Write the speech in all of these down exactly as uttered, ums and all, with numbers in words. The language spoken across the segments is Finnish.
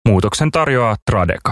Muutoksen tarjoaa Tradeka.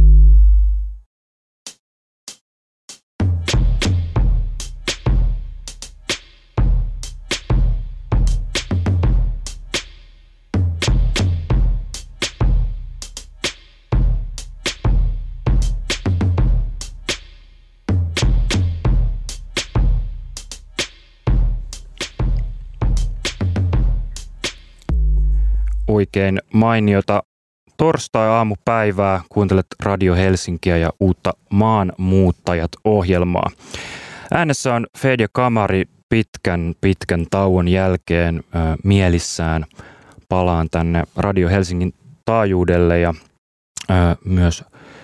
Oikein mainiota torstai-aamupäivää. Kuuntelet Radio Helsinkiä ja uutta Maanmuuttajat-ohjelmaa. Äänessä on Fedja Kamari pitkän, pitkän tauon jälkeen äh, mielissään. Palaan tänne Radio Helsingin taajuudelle ja äh, myös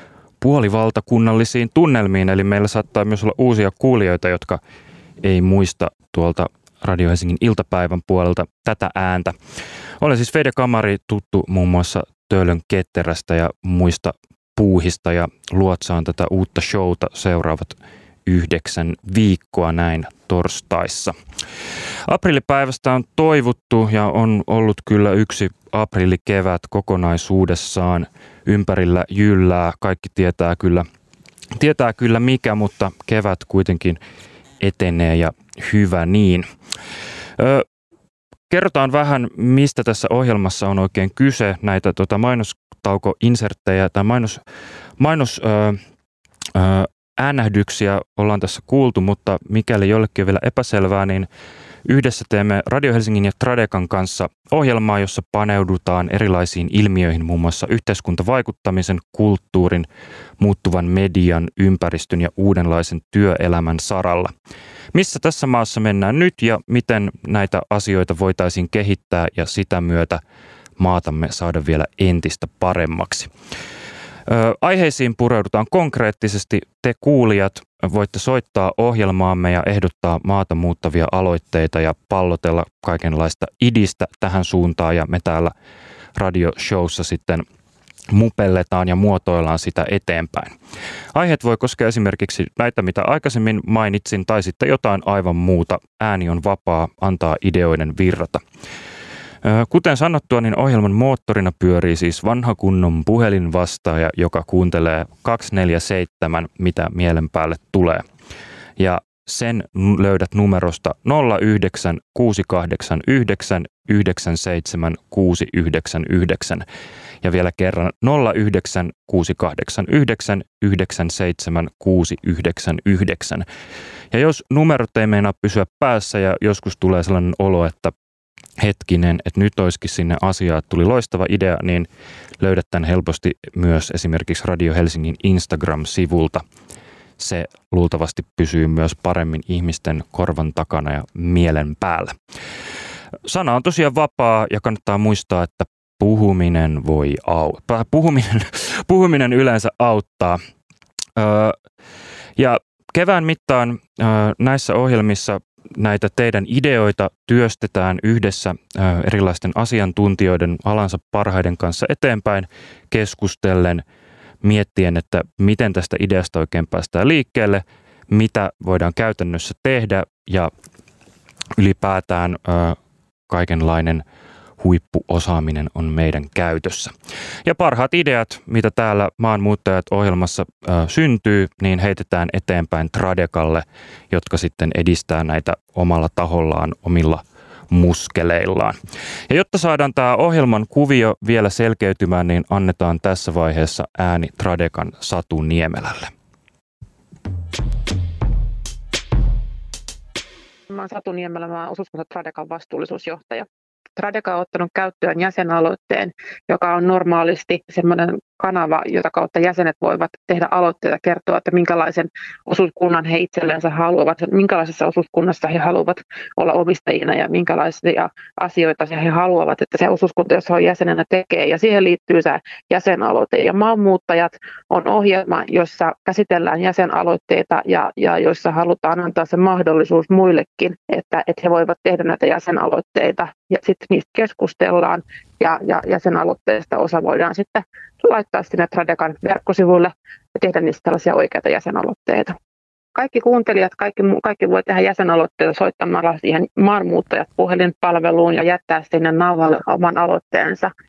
puolivaltakunnallisiin tunnelmiin. Eli meillä saattaa myös olla uusia kuulijoita, jotka ei muista tuolta Radio Helsingin iltapäivän puolelta tätä ääntä. Olen siis Fedja Kamari, tuttu muun muassa Töölön ketterästä ja muista puuhista, ja luotsaan tätä uutta showta seuraavat yhdeksän viikkoa näin torstaissa. Aprillipäivästä on toivottu ja on ollut kyllä yksi aprillikevät kokonaisuudessaan. Ympärillä jyllää, kaikki tietää kyllä, tietää kyllä mikä, mutta kevät kuitenkin etenee ja hyvä niin. Öö, Kerrotaan vähän, mistä tässä ohjelmassa on oikein kyse. Näitä tota, mainostauko-inserttejä tai mainos, mainos öö, öö, äänähdyksiä ollaan tässä kuultu, mutta mikäli jollekin on vielä epäselvää, niin yhdessä teemme Radio Helsingin ja Tradekan kanssa ohjelmaa, jossa paneudutaan erilaisiin ilmiöihin, muun muassa yhteiskuntavaikuttamisen, kulttuurin, muuttuvan median, ympäristön ja uudenlaisen työelämän saralla. Missä tässä maassa mennään nyt ja miten näitä asioita voitaisiin kehittää ja sitä myötä maatamme saada vielä entistä paremmaksi. Ö, aiheisiin pureudutaan konkreettisesti. Te kuulijat voitte soittaa ohjelmaamme ja ehdottaa maata muuttavia aloitteita ja pallotella kaikenlaista idistä tähän suuntaan, ja me täällä radioshowssa sitten mupelletaan ja muotoillaan sitä eteenpäin. Aiheet voi koskea esimerkiksi näitä, mitä aikaisemmin mainitsin, tai sitten jotain aivan muuta. Ääni on vapaa, antaa ideoiden virrata. Kuten sanottua, niin ohjelman moottorina pyörii siis vanha kunnon puhelinvastaaja, joka kuuntelee kaksikymmentäneljä seitsemän, mitä mielen päälle tulee. Ja sen löydät numerosta nolla yhdeksän kuusi kahdeksan yhdeksän yhdeksän seitsemän kuusi yhdeksän yhdeksän. Ja vielä kerran nolla yhdeksän kuusi kahdeksan yhdeksän yhdeksän seitsemän kuusi yhdeksän yhdeksän. Ja jos numerot ei meinaa pysyä päässä ja joskus tulee sellainen olo, että hetkinen, että nyt olisikin sinne asiaa, että tuli loistava idea, niin löydät tämän helposti myös esimerkiksi Radio Helsingin Instagram-sivulta. Se luultavasti pysyy myös paremmin ihmisten korvan takana ja mielen päällä. Sana on tosiaan vapaa ja kannattaa muistaa, että puhuminen voi auttaa. Puhuminen, puhuminen yleensä auttaa. Öö, ja kevään mittaan öö, näissä ohjelmissa näitä teidän ideoita työstetään yhdessä öö, erilaisten asiantuntijoiden alansa parhaiden kanssa eteenpäin keskustellen, miettien, että miten tästä ideasta oikein päästään liikkeelle, mitä voidaan käytännössä tehdä ja ylipäätään öö, kaikenlainen huippuosaaminen on meidän käytössä. Ja parhaat ideat, mitä täällä Maanmuuttajat-ohjelmassa ö, syntyy, niin heitetään eteenpäin Tradekalle, jotka sitten edistää näitä omalla tahollaan, omilla muskeleillaan. Ja jotta saadaan tämä ohjelman kuvio vielä selkeytymään, niin annetaan tässä vaiheessa ääni Tradekan Satu Niemelälle. Mä oon Satu Niemelä, mä oon osuuskunta Tradekan vastuullisuusjohtaja. Tradeka on ottanut käyttöön jäsenaloitteen, joka on normaalisti semmoinen kanava, jota kautta jäsenet voivat tehdä aloitteita, kertoa, että minkälaisen osuuskunnan he itsellensä haluavat, minkälaisessa osuuskunnassa he haluavat olla omistajina ja minkälaisia asioita he haluavat, että se osuuskunta, jossa on jäsenenä, tekee. Ja siihen liittyy se jäsenaloite. Ja Maanmuuttajat on ohjelma, jossa käsitellään jäsenaloitteita ja, ja jossa halutaan antaa se mahdollisuus muillekin, että, että he voivat tehdä näitä jäsenaloitteita ja sitten niistä keskustellaan ja, ja jäsenaloitteista osa voidaan sitten laittaa sinne Tradekan verkkosivuille ja tehdä niistä tällaisia oikeita jäsenaloitteita. Kaikki kuuntelijat, kaikki, kaikki voi tehdä jäsenaloitteita soittamalla siihen Maanmuuttajat puhelinpalveluun ja jättää sinne nauhalle oman aloitteensa.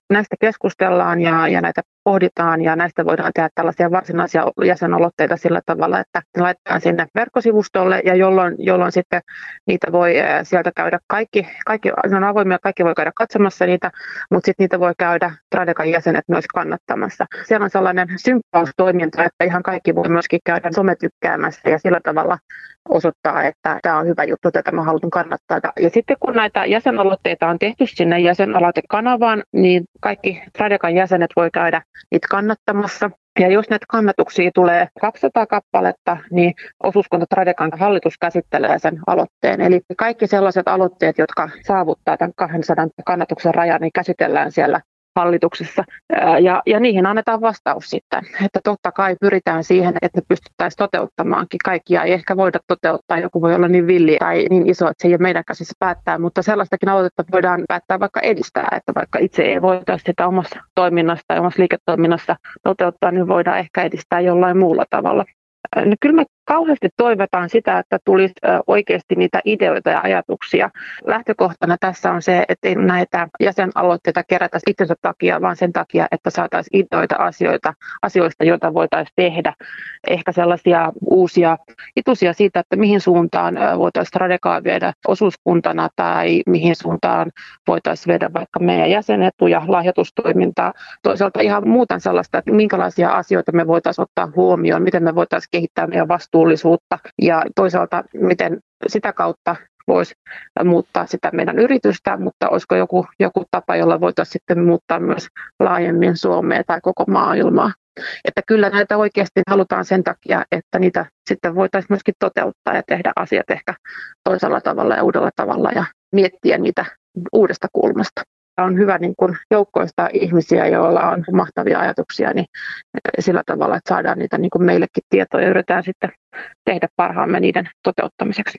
näistä keskustellaan ja, ja näitä pohditaan ja näistä voidaan tehdä tällaisia varsinaisia jäsenaloitteita sillä tavalla, että ne laitetaan sinne verkkosivustolle ja jolloin, jolloin sitten niitä voi sieltä käydä kaikki, kaikki ne on avoimia, kaikki voi käydä katsomassa niitä, mutta sitten niitä voi käydä Tradekan jäsenet myös kannattamassa. Siellä on sellainen symppaustoiminta, että ihan kaikki voi myöskin käydä sometykkäämässä ja sillä tavalla osoittaa, että tämä on hyvä juttu, tätä mä haluan kannattaa. Ja sitten kun näitä jäsenaloitteita on tehty sinne jäsenaloitekanavaan, niin kaikki Tradekan jäsenet voi käydä niitä kannattamassa. Ja jos näitä kannatuksia tulee kaksisataa kappaletta, niin osuuskunta Tradekan hallitus käsittelee sen aloitteen. Eli kaikki sellaiset aloitteet, jotka saavuttaa tämän kaksisataa kannatuksen rajan, niin käsitellään siellä hallituksessa ja, ja niihin annetaan vastaus sitten, että totta kai pyritään siihen, että ne pystyttäisiin toteuttamaankin. Kaikkia ei ehkä voida toteuttaa, joku voi olla niin villi tai niin iso, että se ei ole meidän käsissä päättää, mutta sellaistakin aloitetta voidaan päättää vaikka edistää, että vaikka itse ei voitaisiin sitä omassa toiminnassa tai omassa liiketoiminnassa toteuttaa, niin voidaan ehkä edistää jollain muulla tavalla. No, kyllä me kauheasti toivotaan sitä, että tulisi oikeasti niitä ideoita ja ajatuksia. Lähtökohtana tässä on se, että ei näitä jäsenaloitteita kerätä itsensä takia, vaan sen takia, että saataisiin ideoita asioita, asioista, joita voitaisiin tehdä. Ehkä sellaisia uusia itusia siitä, että mihin suuntaan voitaisiin Tradekaa viedä osuuskuntana tai mihin suuntaan voitaisiin viedä vaikka meidän jäsenetuja, lahjoitustoimintaa. Toisaalta ihan muuten sellaista, että minkälaisia asioita me voitaisiin ottaa huomioon, miten me voitaisiin kehittää meidän vastuullisuutta ja toisaalta miten sitä kautta voisi muuttaa sitä meidän yritystä, mutta olisiko joku, joku tapa, jolla voitaisiin sitten muuttaa myös laajemmin Suomea tai koko maailmaa. Että kyllä näitä oikeasti halutaan sen takia, että niitä sitten voitaisiin myöskin toteuttaa ja tehdä asiat ehkä toisella tavalla ja uudella tavalla ja miettiä niitä uudesta kulmasta. On hyvä niin kuin joukkoista ihmisiä, joilla on mahtavia ajatuksia, niin sillä tavalla, että saadaan niitä niin kuin meillekin tietoa ja yritetään sitten tehdä parhaamme niiden toteuttamiseksi.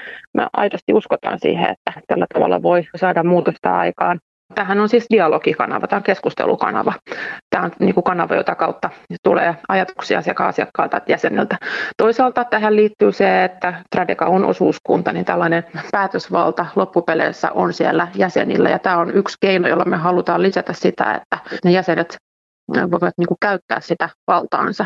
Me aidosti uskotaan siihen, että tällä tavalla voi saada muutosta aikaan. Tämähän on siis dialogikanava, tämä on keskustelukanava. Tämä on niin kuin kanava, jota kautta tulee ajatuksia sekä asiakkaalta että jäseniltä. Toisaalta tähän liittyy se, että Tradeka on osuuskunta, niin tällainen päätösvalta loppupeleissä on siellä jäsenillä. Ja tämä on yksi keino, jolla me halutaan lisätä sitä, että ne jäsenet voivat niin kuin käyttää sitä valtaansa.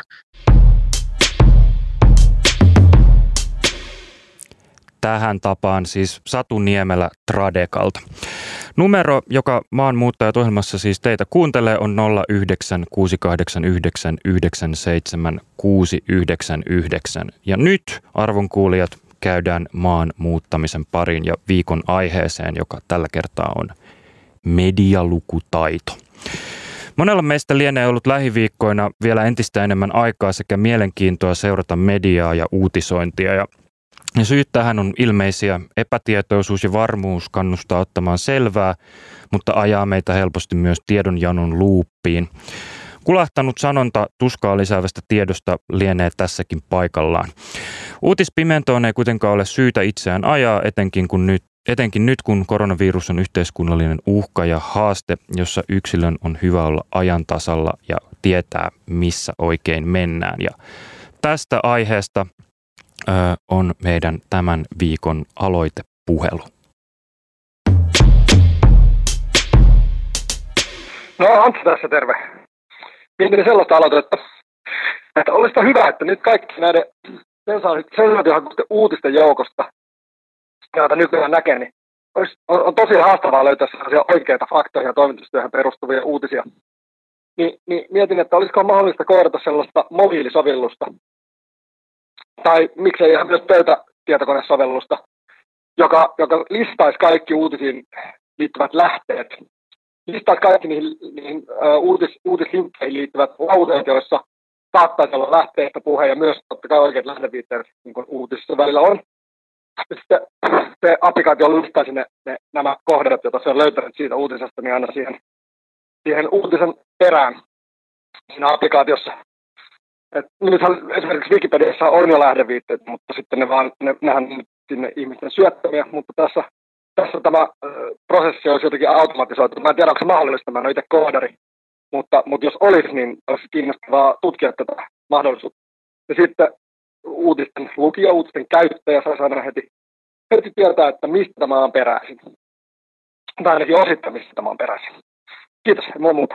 Tähän tapaan siis Satu Niemelä Tradekalta. Numero, joka Maanmuuttajat ohjelmassa siis teitä kuuntelee, on nolla yhdeksän kuusi kahdeksan yhdeksän yhdeksän seitsemän kuusi yhdeksän yhdeksän. Ja nyt, arvon kuulijat, käydään maan muuttamisen pariin ja viikon aiheeseen, joka tällä kertaa on medialukutaito. Monella meistä lienee ollut lähiviikkoina vielä entistä enemmän aikaa sekä mielenkiintoa seurata mediaa ja uutisointia. Ja Ja syyt tähän on ilmeisiä. Epätietoisuus ja varmuus kannustaa ottamaan selvää, mutta ajaa meitä helposti myös tiedonjanon luuppiin. Kulahtanut sanonta tuskaa lisäävästä tiedosta lienee tässäkin paikallaan. Uutispimentoon ei kuitenkaan ole syytä itseään ajaa, etenkin, kun nyt, etenkin nyt kun koronavirus on yhteiskunnallinen uhka ja haaste, jossa yksilön on hyvä olla ajan tasalla ja tietää, missä oikein mennään. Ja tästä aiheesta on meidän tämän viikon aloitepuhelu. No Antti tässä, terve. Mietin sellaista aloitetta, että olisi hyvä, että nyt kaikki näiden sensaatiohakuisten uutisten joukosta, joita nykyään näkee, niin olisi, on, on tosi haastavaa löytää sellaisia oikeita faktoihin ja toimitustyöhön perustuvia uutisia. Ni, niin mietin, että olisiko mahdollista koodata sellaista mobiilisovellusta, tai miksei ihan myös pöytätietokonesovellusta, joka, joka listaisi kaikki uutisiin liittyvät lähteet. Listaisi kaikki niihin, niihin uh, uutis, uutislinkkeihin liittyvät lauseet, joissa saattaisi olla lähteestä puhe ja myös totta kai oikeat lähdeviitteet, niin kuin uutisissa välillä on. Sitten se applikaatio listaisi ne, ne, nämä kohdat, joita se on löytänyt siitä uutisesta, niin aina siihen, siihen uutisen perään siinä applikaatiossa. Et nythän esimerkiksi Wikipediassa on jo lähdeviitteet, mutta sitten ne vaan, ne, nehän sinne ihmisten syöttämiä, mutta tässä, tässä tämä äh, prosessi olisi jotenkin automatisoitu. Mä en tiedä, onko se mahdollista, mä en ole itse koodari, mutta, mutta jos olisi, niin olisi kiinnostavaa tutkia tätä mahdollisuutta. Ja sitten uutisten lukija, uutisten käyttäjä saisi aina heti, heti tietää, että mistä tämä on peräisin. Tai ainakin osittain, mistä tämä on peräisin. Kiitos, mua muuta.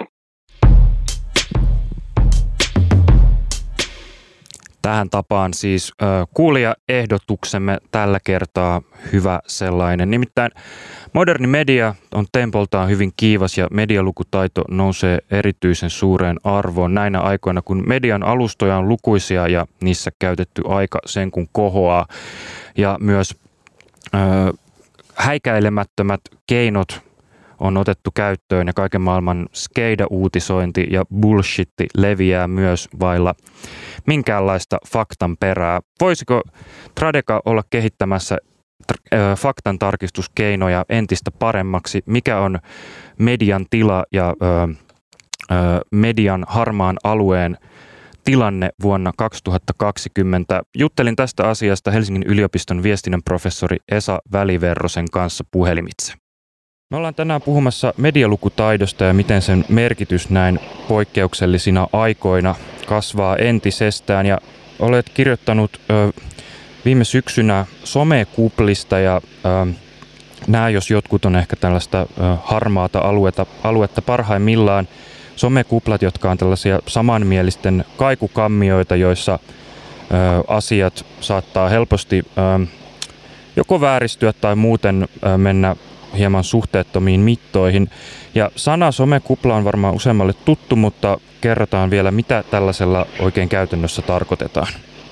Tähän tapaan siis ö, kuulijaehdotuksemme tällä kertaa hyvä sellainen. Nimittäin moderni media on tempoltaan hyvin kiivas ja medialukutaito nousee erityisen suureen arvoon näinä aikoina, kun median alustoja on lukuisia ja niissä käytetty aika sen kun kohoaa. Ja myös ö, häikäilemättömät keinot on otettu käyttöön ja kaiken maailman skeida-uutisointi ja bullshitti leviää myös vailla minkäänlaista faktan perää. Voisiko Tradeka olla kehittämässä faktan tarkistuskeinoja entistä paremmaksi? Mikä on median tila ja ö, ö, median harmaan alueen tilanne vuonna kaksituhattakaksikymmentä? Juttelin tästä asiasta Helsingin yliopiston viestinnän professori Esa Väliverrosen kanssa puhelimitse. Me ollaan tänään puhumassa medialukutaidosta ja miten sen merkitys näin poikkeuksellisina aikoina kasvaa entisestään. Ja olet kirjoittanut ö, viime syksynä somekuplista ja ö, nämä jos jotkut on ehkä tällaista ö, harmaata aluetta, aluetta parhaimmillaan. Somekuplat, jotka on tällaisia samanmielisten kaikukammioita, joissa ö, asiat saattaa helposti ö, joko vääristyä tai muuten ö, mennä hieman suhteettomiin mittoihin. Ja sana somekupla on varmaan useammalle tuttu, mutta kerrotaan vielä, mitä tällaisella oikein käytännössä tarkoitetaan.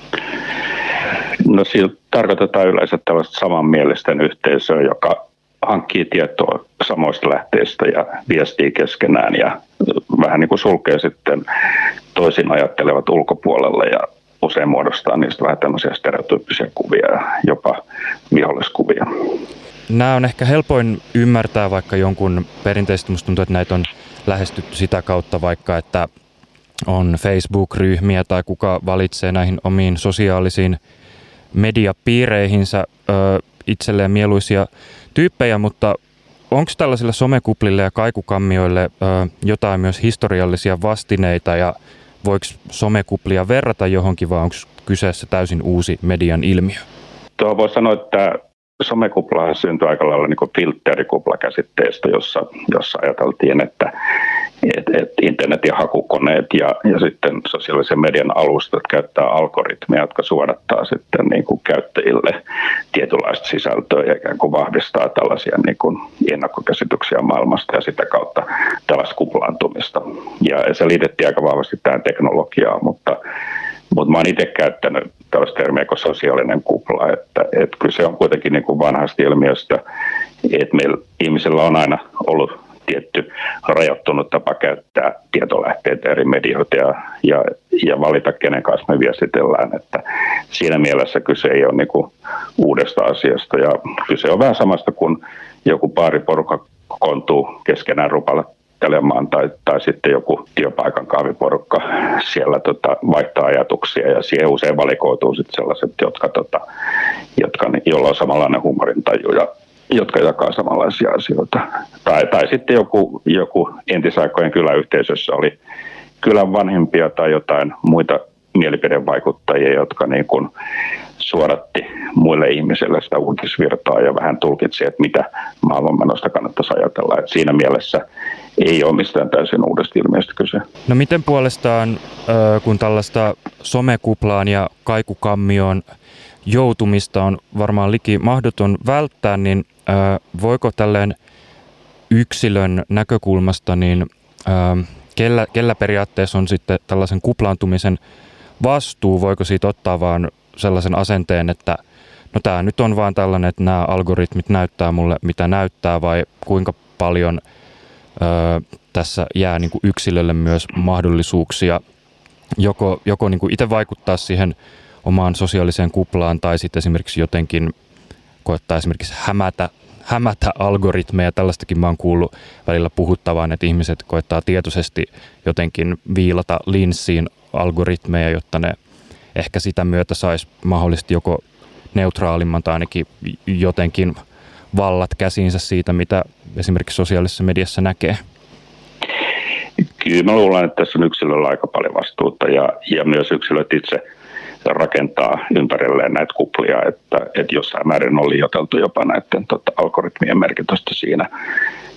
No sillä tarkoitetaan yleensä tällaista samanmielisten yhteisöä, joka hankkii tietoa samoista lähteistä ja viestii keskenään ja vähän niin kuin sulkee sitten toisin ajattelevat ulkopuolelle ja usein muodostaa niistä vähän tämmöisiä stereotyyppisiä kuvia ja jopa viholliskuvia. Nämä on ehkä helpoin ymmärtää vaikka jonkun perinteisesti, musta tuntuu, että näitä on lähestytty sitä kautta vaikka, että on Facebook-ryhmiä tai kuka valitsee näihin omiin sosiaalisiin mediapiireihinsä ö, itselleen mieluisia tyyppejä, mutta onko tällaisille somekuplille ja kaikukammioille ö, jotain myös historiallisia vastineita ja voiko somekuplia verrata johonkin vai onko kyseessä täysin uusi median ilmiö? Tuo voi sanoa, että somekupla syntyi aika lailla niin kuin filtterikupla-käsitteestä, jossa, jossa ajateltiin, että et, et internetin hakukoneet ja, ja sitten sosiaalisen median alustat käyttää algoritmeja, jotka suodattaa sitten niin kuin käyttäjille tietynlaista sisältöä ja ikään kuin vahvistaa tällaisia niin kuin ennakkokäsityksiä maailmasta ja sitä kautta tällaista kuplaantumista. Ja se liitettiin aika vahvasti tähän teknologiaan, mutta Mutta mä oon itse käyttänyt tällaista termiä kuin sosiaalinen kupla, että, että kyse on kuitenkin niin kuin vanhasta ilmiöstä, että meillä ihmisillä on aina ollut tietty rajoittunut tapa käyttää tietolähteitä eri medioita ja, ja, ja valita, kenen kanssa me viestitellään. Että siinä mielessä kyse ei ole niin kuin uudesta asiasta ja kyse on vähän samasta kuin joku paariporukka kokoontuu keskenään rupalla tai, tai sitten joku työpaikan kahviporukka siellä tota, vaihtaa ajatuksia ja siihen usein valikoituu sitten sellaiset, jotka, tota, jotka, joilla on samanlainen humorintaju ja jotka jakaa samanlaisia asioita. Tai, tai sitten joku, joku entisaikojen kyläyhteisössä oli kylän vanhempia tai jotain muita mielipidevaikuttajia, jotka niin kuin suodatti muille ihmisille sitä uutisvirtaa ja vähän tulkitsi, että mitä maailmanmenosta kannattaisi ajatella. Et siinä mielessä ei ole mistään täysin uudesta ilmiöstä kyse. No miten puolestaan, kun tällaista somekuplaan ja kaikukammioon joutumista on varmaan liki mahdoton välttää, niin voiko tälleen yksilön näkökulmasta, niin kellä, kellä periaatteessa on sitten tällaisen kuplaantumisen vastuu? Voiko siitä ottaa vaan sellaisen asenteen, että no tämä nyt on vaan tällainen, että nämä algoritmit näyttää mulle mitä näyttää, vai kuinka paljon ö, tässä jää niin kuin yksilölle myös mahdollisuuksia joko, joko niin kuin itse vaikuttaa siihen omaan sosiaaliseen kuplaan tai sitten esimerkiksi jotenkin koettaa esimerkiksi hämätä, hämätä algoritmeja. Tällaistakin mä oon kuullut välillä puhuttavan, että ihmiset koettaa tietoisesti jotenkin viilata linssiin algoritmeja, jotta ne ehkä sitä myötä saisi mahdollisesti joko neutraalimman tai ainakin jotenkin vallat käsiinsä siitä, mitä esimerkiksi sosiaalisessa mediassa näkee. Kyllä mä luulen, että tässä on yksilöllä aika paljon vastuuta ja, ja myös yksilöt itse rakentaa ympärilleen näitä kuplia, että, että jossain määrin on liioiteltu jopa näiden tota, algoritmien merkitystä siinä.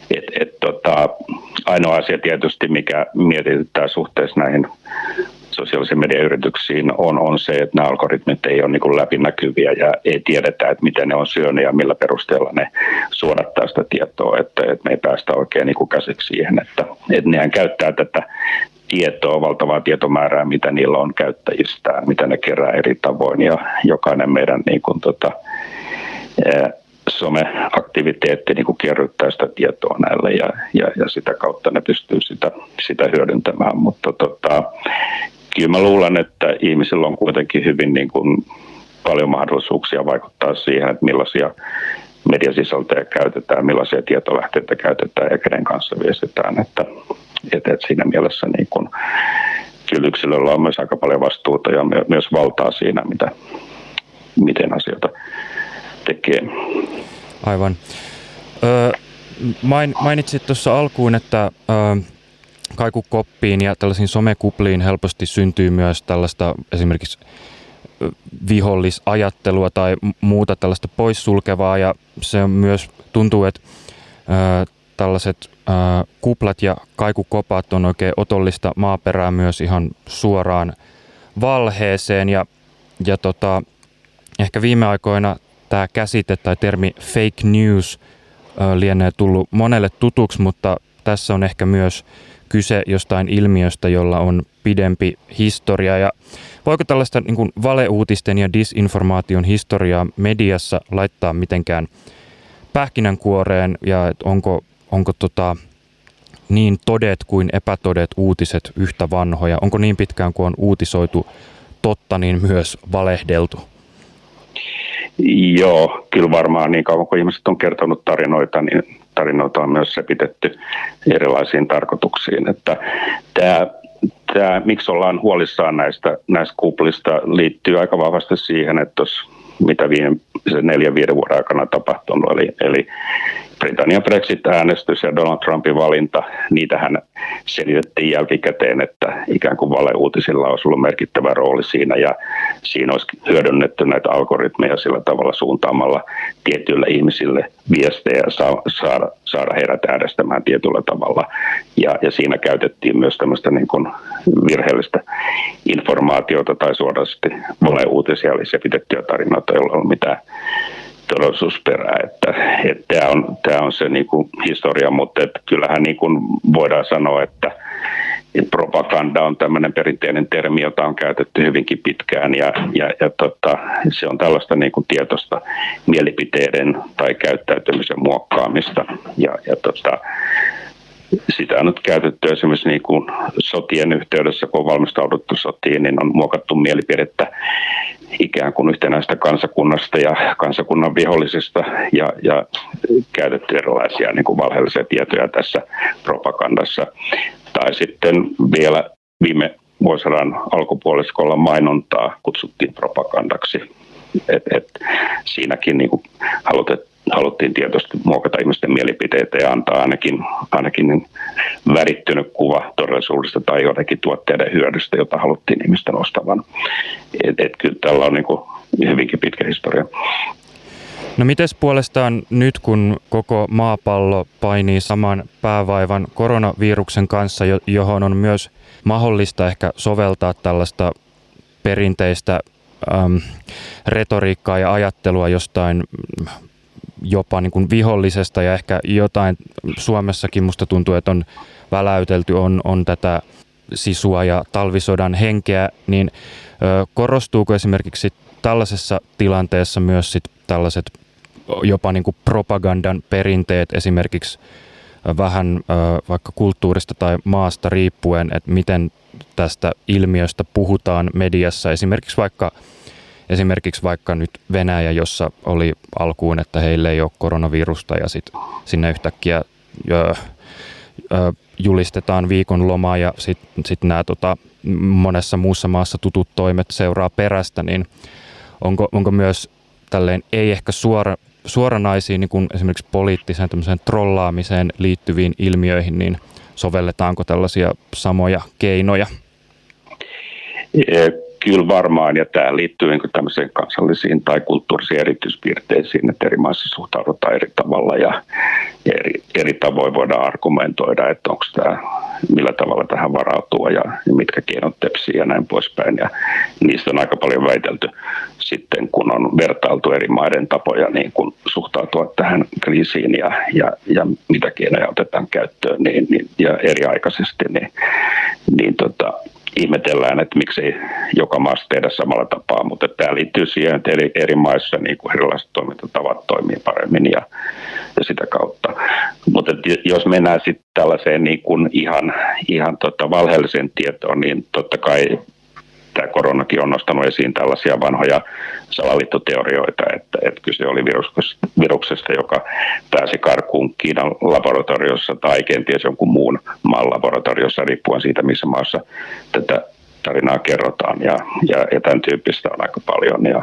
Et, et, tota, ainoa asia tietysti, mikä mietityttää suhteessa näihin sosiaalisen median yrityksiin, on, on se, että nämä algoritmit ei ole niin kuin läpinäkyviä ja ei tiedetä, että miten ne on syönyt ja millä perusteella ne suodattaa sitä tietoa, että, että me ei päästä oikein niin kuin käsiksi siihen, että, että nehän käyttää tätä tietoa, valtavaa tietomäärää, mitä niillä on käyttäjistään, mitä ne kerää eri tavoin ja jokainen meidän niin kuin, tota, ää, someaktiviteetti niin kuin kerryttää sitä tietoa näille ja, ja, ja sitä kautta ne pystyy sitä, sitä hyödyntämään, mutta tota, kyllä mä luulen, että ihmisillä on kuitenkin hyvin niin kuin paljon mahdollisuuksia vaikuttaa siihen, että millaisia mediasisältöjä käytetään, millaisia tietolähteitä käytetään ja kenen kanssa viestitään, että, että, että siinä mielessä niin kuin, kyllä yksilöllä on myös aika paljon vastuuta ja myös valtaa siinä, mitä, miten asioita tekee. Aivan. Öö, main, mainitsit tuossa alkuun, että öö, kaikukoppiin ja tällaisiin somekupliin helposti syntyy myös tällaista esimerkiksi vihollisajattelua tai muuta tällaista poissulkevaa, ja se on myös tuntuu, että öö, tällaiset öö, kuplat ja kaikukopat on oikein otollista maaperää myös ihan suoraan valheeseen, ja, ja tota, ehkä viime aikoina tämä käsite tai termi fake news ö, lienee tullut monelle tutuksi, mutta tässä on ehkä myös kyse jostain ilmiöstä, jolla on pidempi historia. Ja voiko tällaista niin kuin valeuutisten ja disinformaation historiaa mediassa laittaa mitenkään pähkinänkuoreen, ja onko, onko tota, niin todet kuin epätodet uutiset yhtä vanhoja? Onko niin pitkään kuin on uutisoitu totta, niin myös valehdeltu? Joo, kyllä varmaan niin kauan kuin ihmiset on kertonut tarinoita, niin tarinoita on myös sepitetty erilaisiin tarkoituksiin. Että tämä, tämä, miksi ollaan huolissaan näistä, näistä kuplista, liittyy aika vahvasti siihen, että tos, mitä viime neljän viiden vuoden aikana on tapahtunut, eli, eli Britannian Brexit-äänestys ja Donald Trumpin valinta, niitähän selitettiin jälkikäteen, että ikään kuin valeuutisilla olisi ollut merkittävä rooli siinä, ja siinä olisi hyödynnetty näitä algoritmeja sillä tavalla suuntaamalla tietyille ihmisille viestejä ja saada, saada heidät äänestämään tietyllä tavalla. Ja, ja siinä käytettiin myös tämmöistä niin kuin virheellistä informaatiota tai suorasti valeuutisia, eli sepitettyjä tarinoita, joilla ei ole mitään todellisuusperää, että, että tämä on, tämä on se niin kuin historia, mutta että kyllähän niin kuin voidaan sanoa, että, että propaganda on tämmöinen perinteinen termi, jota on käytetty hyvinkin pitkään, ja, ja, ja tota, se on tällaista niin kuin tietoista mielipiteiden tai käyttäytymisen muokkaamista, ja, ja tota, sitä on nyt käytetty esimerkiksi niin kuin sotien yhteydessä, kun on valmistauduttu sotiin, niin on muokattu mielipidettä ikään kuin yhtenäistä kansakunnasta ja kansakunnan vihollisista ja, ja käytetty erilaisia niin kuin valheellisia tietoja tässä propagandassa. Tai sitten vielä viime vuosisadan alkupuoliskolla mainontaa kutsuttiin propagandaksi. Et, et siinäkin niin kuin halutettiin haluttiin tietysti muokata ihmisten mielipiteitä ja antaa ainakin, ainakin värittynyt kuva todellisuudesta tai jotenkin tuotteiden hyödystä, jota haluttiin ihmisten ostavan. Et, et kyllä tällä on niin kuin hyvinkin pitkä historia. No mites puolestaan nyt, kun koko maapallo painii saman päävaivan koronaviruksen kanssa, johon on myös mahdollista ehkä soveltaa tällaista perinteistä äm, retoriikkaa ja ajattelua jostain jopa niin kuin vihollisesta, ja ehkä jotain Suomessakin musta tuntuu, että on väläytelty, on, on tätä sisua ja talvisodan henkeä, niin ö, korostuuko esimerkiksi tällaisessa tilanteessa myös sit tällaiset jopa niin kuin propagandan perinteet esimerkiksi vähän ö, vaikka kulttuurista tai maasta riippuen, että miten tästä ilmiöstä puhutaan mediassa, esimerkiksi vaikka Esimerkiksi vaikka nyt Venäjä, jossa oli alkuun, että heillä ei ole koronavirusta, ja sitten sinne yhtäkkiä ö, ö, julistetaan viikon loma, ja sitten sit nämä tota, monessa muussa maassa tutut toimet seuraa perästä, niin onko, onko myös tälleen ei ehkä suora, suoranaisiin niin kuin esimerkiksi poliittiseen trollaamiseen liittyviin ilmiöihin, niin sovelletaanko tällaisia samoja keinoja? Kyllä varmaan, ja tämä liittyy niin tämmöisiin kansallisiin tai kulttuurisiin erityispiirteisiin, että eri maissa suhtaudutaan eri tavalla, ja, eri, eri tavoin voidaan argumentoida, että onko tämä, millä tavalla tähän varautua ja, ja mitkä keinot tepsii ja näin poispäin. Ja niistä on aika paljon väitelty sitten, kun on vertailtu eri maiden tapoja niin kun suhtautua tähän kriisiin ja, ja, ja mitä keinoja otetaan käyttöön niin, niin, ja eriaikaisesti, niin, niin tota, ihmetellään, että miksei joka maassa tehdä samalla tapaa, mutta tämä liittyy siihen, että eri, eri maissa niin kuin erilaiset toimintatavat toimii paremmin ja, ja sitä kautta. Mutta jos mennään sitten tällaiseen niin kuin ihan, ihan tota valheelliseen tietoon, niin totta kai tämä koronakin on nostanut esiin tällaisia vanhoja salaliittoteorioita, että, että kyse oli viruksesta, viruksesta, joka pääsi karkuun Kiinan laboratoriossa tai kenties jonkun muun maan laboratoriossa, riippuen siitä, missä maassa tätä tarinaa kerrotaan. Ja, ja, ja tämän tyyppistä on aika paljon. Ja,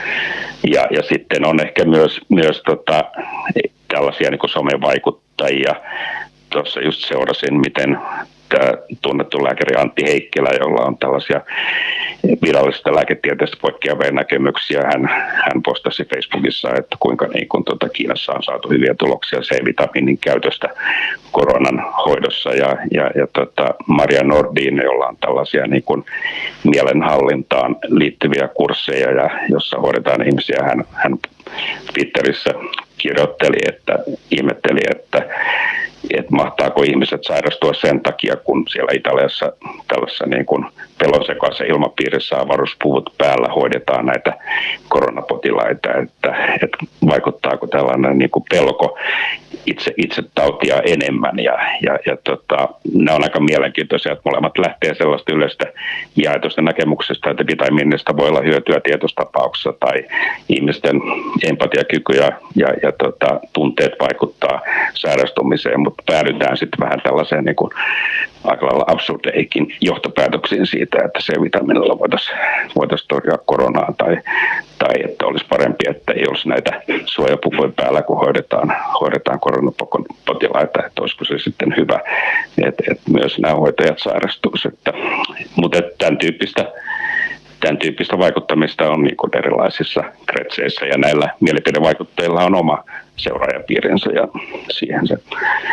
ja, ja sitten on ehkä myös, myös tota, tällaisia niin kuin somevaikuttajia. Tuossa just seurasin, miten tämä tunnettu lääkäri Antti Heikkilä, jolla on tällaisia virallisista lääketieteestä poikkeavia näkemyksiä. Hän, hän postasi Facebookissa, että kuinka niin kun, tuota, Kiinassa on saatu hyviä tuloksia C-vitamiinin käytöstä koronan hoidossa. Ja, ja, ja tota, Maria Nordin, jolla on tällaisia niin kun, mielenhallintaan liittyviä kursseja, ja jossa hoidetaan ihmisiä. Hän, hän Twitterissä kirjoitteli, että ihmetteli, että että mahtaako ihmiset sairastua sen takia, kun siellä Italiassa tällaisessa niin kuin pelonsekaisessa ilmapiirissä avaruuspuvut päällä hoidetaan näitä koronapotilaita, että, että vaikuttaako tällainen niin kuin pelko itse, itse tautia enemmän. Ja, ja, ja tota, nämä on aika mielenkiintoisia, että molemmat lähtee sellaista yleistä jaetusta näkemyksestä, että vitamiinista voi olla hyötyä tietostapauksessa tai ihmisten empatiakyky ja, ja, ja tota, tunteet vaikuttaa sairastumiseen, mutta päädytään sitten vähän tällaiseen niin kuin aika lailla absurdeikin johtopäätöksiin siitä, että C-vitamiinilla voitaisiin voitais torjua koronaa tai, tai että olisi parempi, että ei olisi näitä suojapukuja päällä, kun hoidetaan, hoidetaan koronapotilaita, että olisiko se sitten hyvä, että, että myös nämä hoitajat sairastuisivat. Mutta tämän tyyppistä Tämän tyyppistä vaikuttamista on niin kuin erilaisissa kretseissä ja näillä mielipidevaikutteilla on oma seuraajapiirinsä ja siihen se,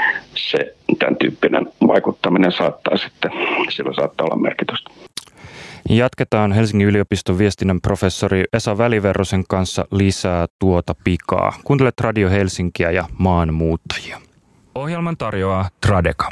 se tämän tyyppinen vaikuttaminen saattaa sitten, sillä saattaa olla merkitystä. Jatketaan Helsingin yliopiston viestinnän professori Esa Väliverrosen kanssa lisää tuota pikaa. Kuuntelet Radio Helsinkiä ja maanmuuttajia. Ohjelman tarjoaa Tradeka.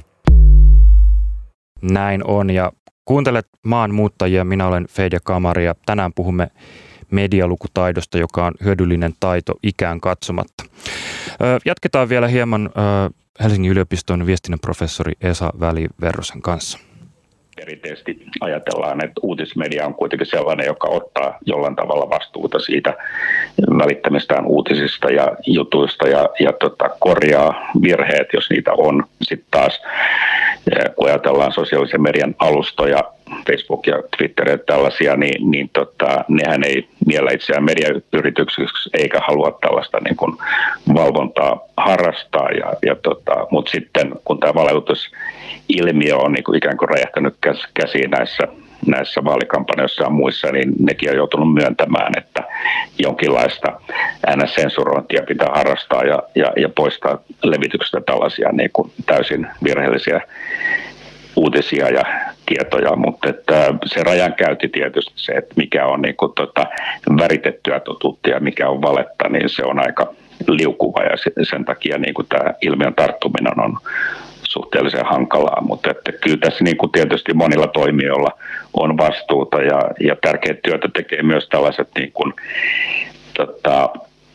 Näin on ja kuuntelet maanmuuttajia, minä olen Feide Kamari ja tänään puhumme medialukutaidosta, joka on hyödyllinen taito ikään katsomatta. Jatketaan vielä hieman Helsingin yliopiston viestinnän professori Esa Väliverrosen kanssa. Perinteisesti ajatellaan, että uutismedia on kuitenkin sellainen, joka ottaa jollain tavalla vastuuta siitä välittämistään uutisista ja jutuista ja, ja tota, korjaa virheet, jos niitä on. Sitten taas, kun ajatellaan sosiaalisen median alustoja, Facebook ja Twitter ja tällaisia, niin, niin tota, nehän ei miellä itseään mediayrityksiksi eikä halua tällaista niin kuin valvontaa harrastaa. Ja, ja tota, mutta sitten kun tämä valeutusilmiö on niin kuin ikään kuin räjähtänyt käsiin näissä, näissä vaalikampanjoissa ja muissa, niin nekin on joutunut myöntämään, että jonkinlaista äänesensurointia pitää harrastaa ja, ja, ja poistaa levityksestä tällaisia niin kuin täysin virheellisiä uutisia ja tietoja, mutta että se rajan käytti tietysti se, että mikä on niin kuin tota väritettyä totuutta ja mikä on valetta, niin se on aika liukuva ja sen takia niin kuin tämä ilmiön tarttuminen on suhteellisen hankalaa, mutta että kyllä tässä niin kuin tietysti monilla toimijoilla on vastuuta ja, ja tärkeää työtä tekee myös tällaiset niin kuin, tota,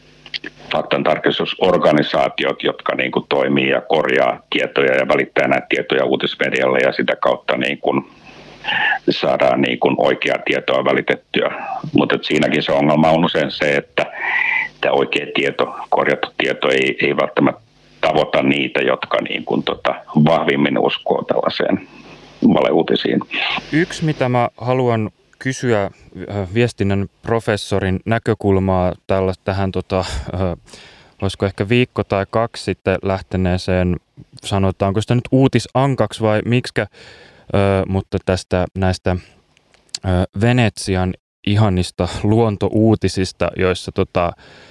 faktantarkistusorganisaatiot, jotka niin kuin toimii ja korjaa tietoja ja välittää näitä tietoja uutismedialle ja sitä kautta niin kuin saadaan niin kuin oikeaa tietoa välitettyä. Mutta siinäkin se ongelma on usein se, että tämä oikea tieto, korjattu tieto ei, ei välttämättä tavoita niitä, jotka niin kuin tota vahvimmin uskoo tällaiseen valeuutisiin. Yksi, mitä mä haluan kysyä viestinnän professorin näkökulmaa tällä, tähän, tota, olisiko ehkä viikko tai kaksi sitten lähteneeseen, sanotaanko sitä nyt uutisankaksi vai miksikä, mutta tästä näistä Venetsian ihanista luontouutisista, joissa tota,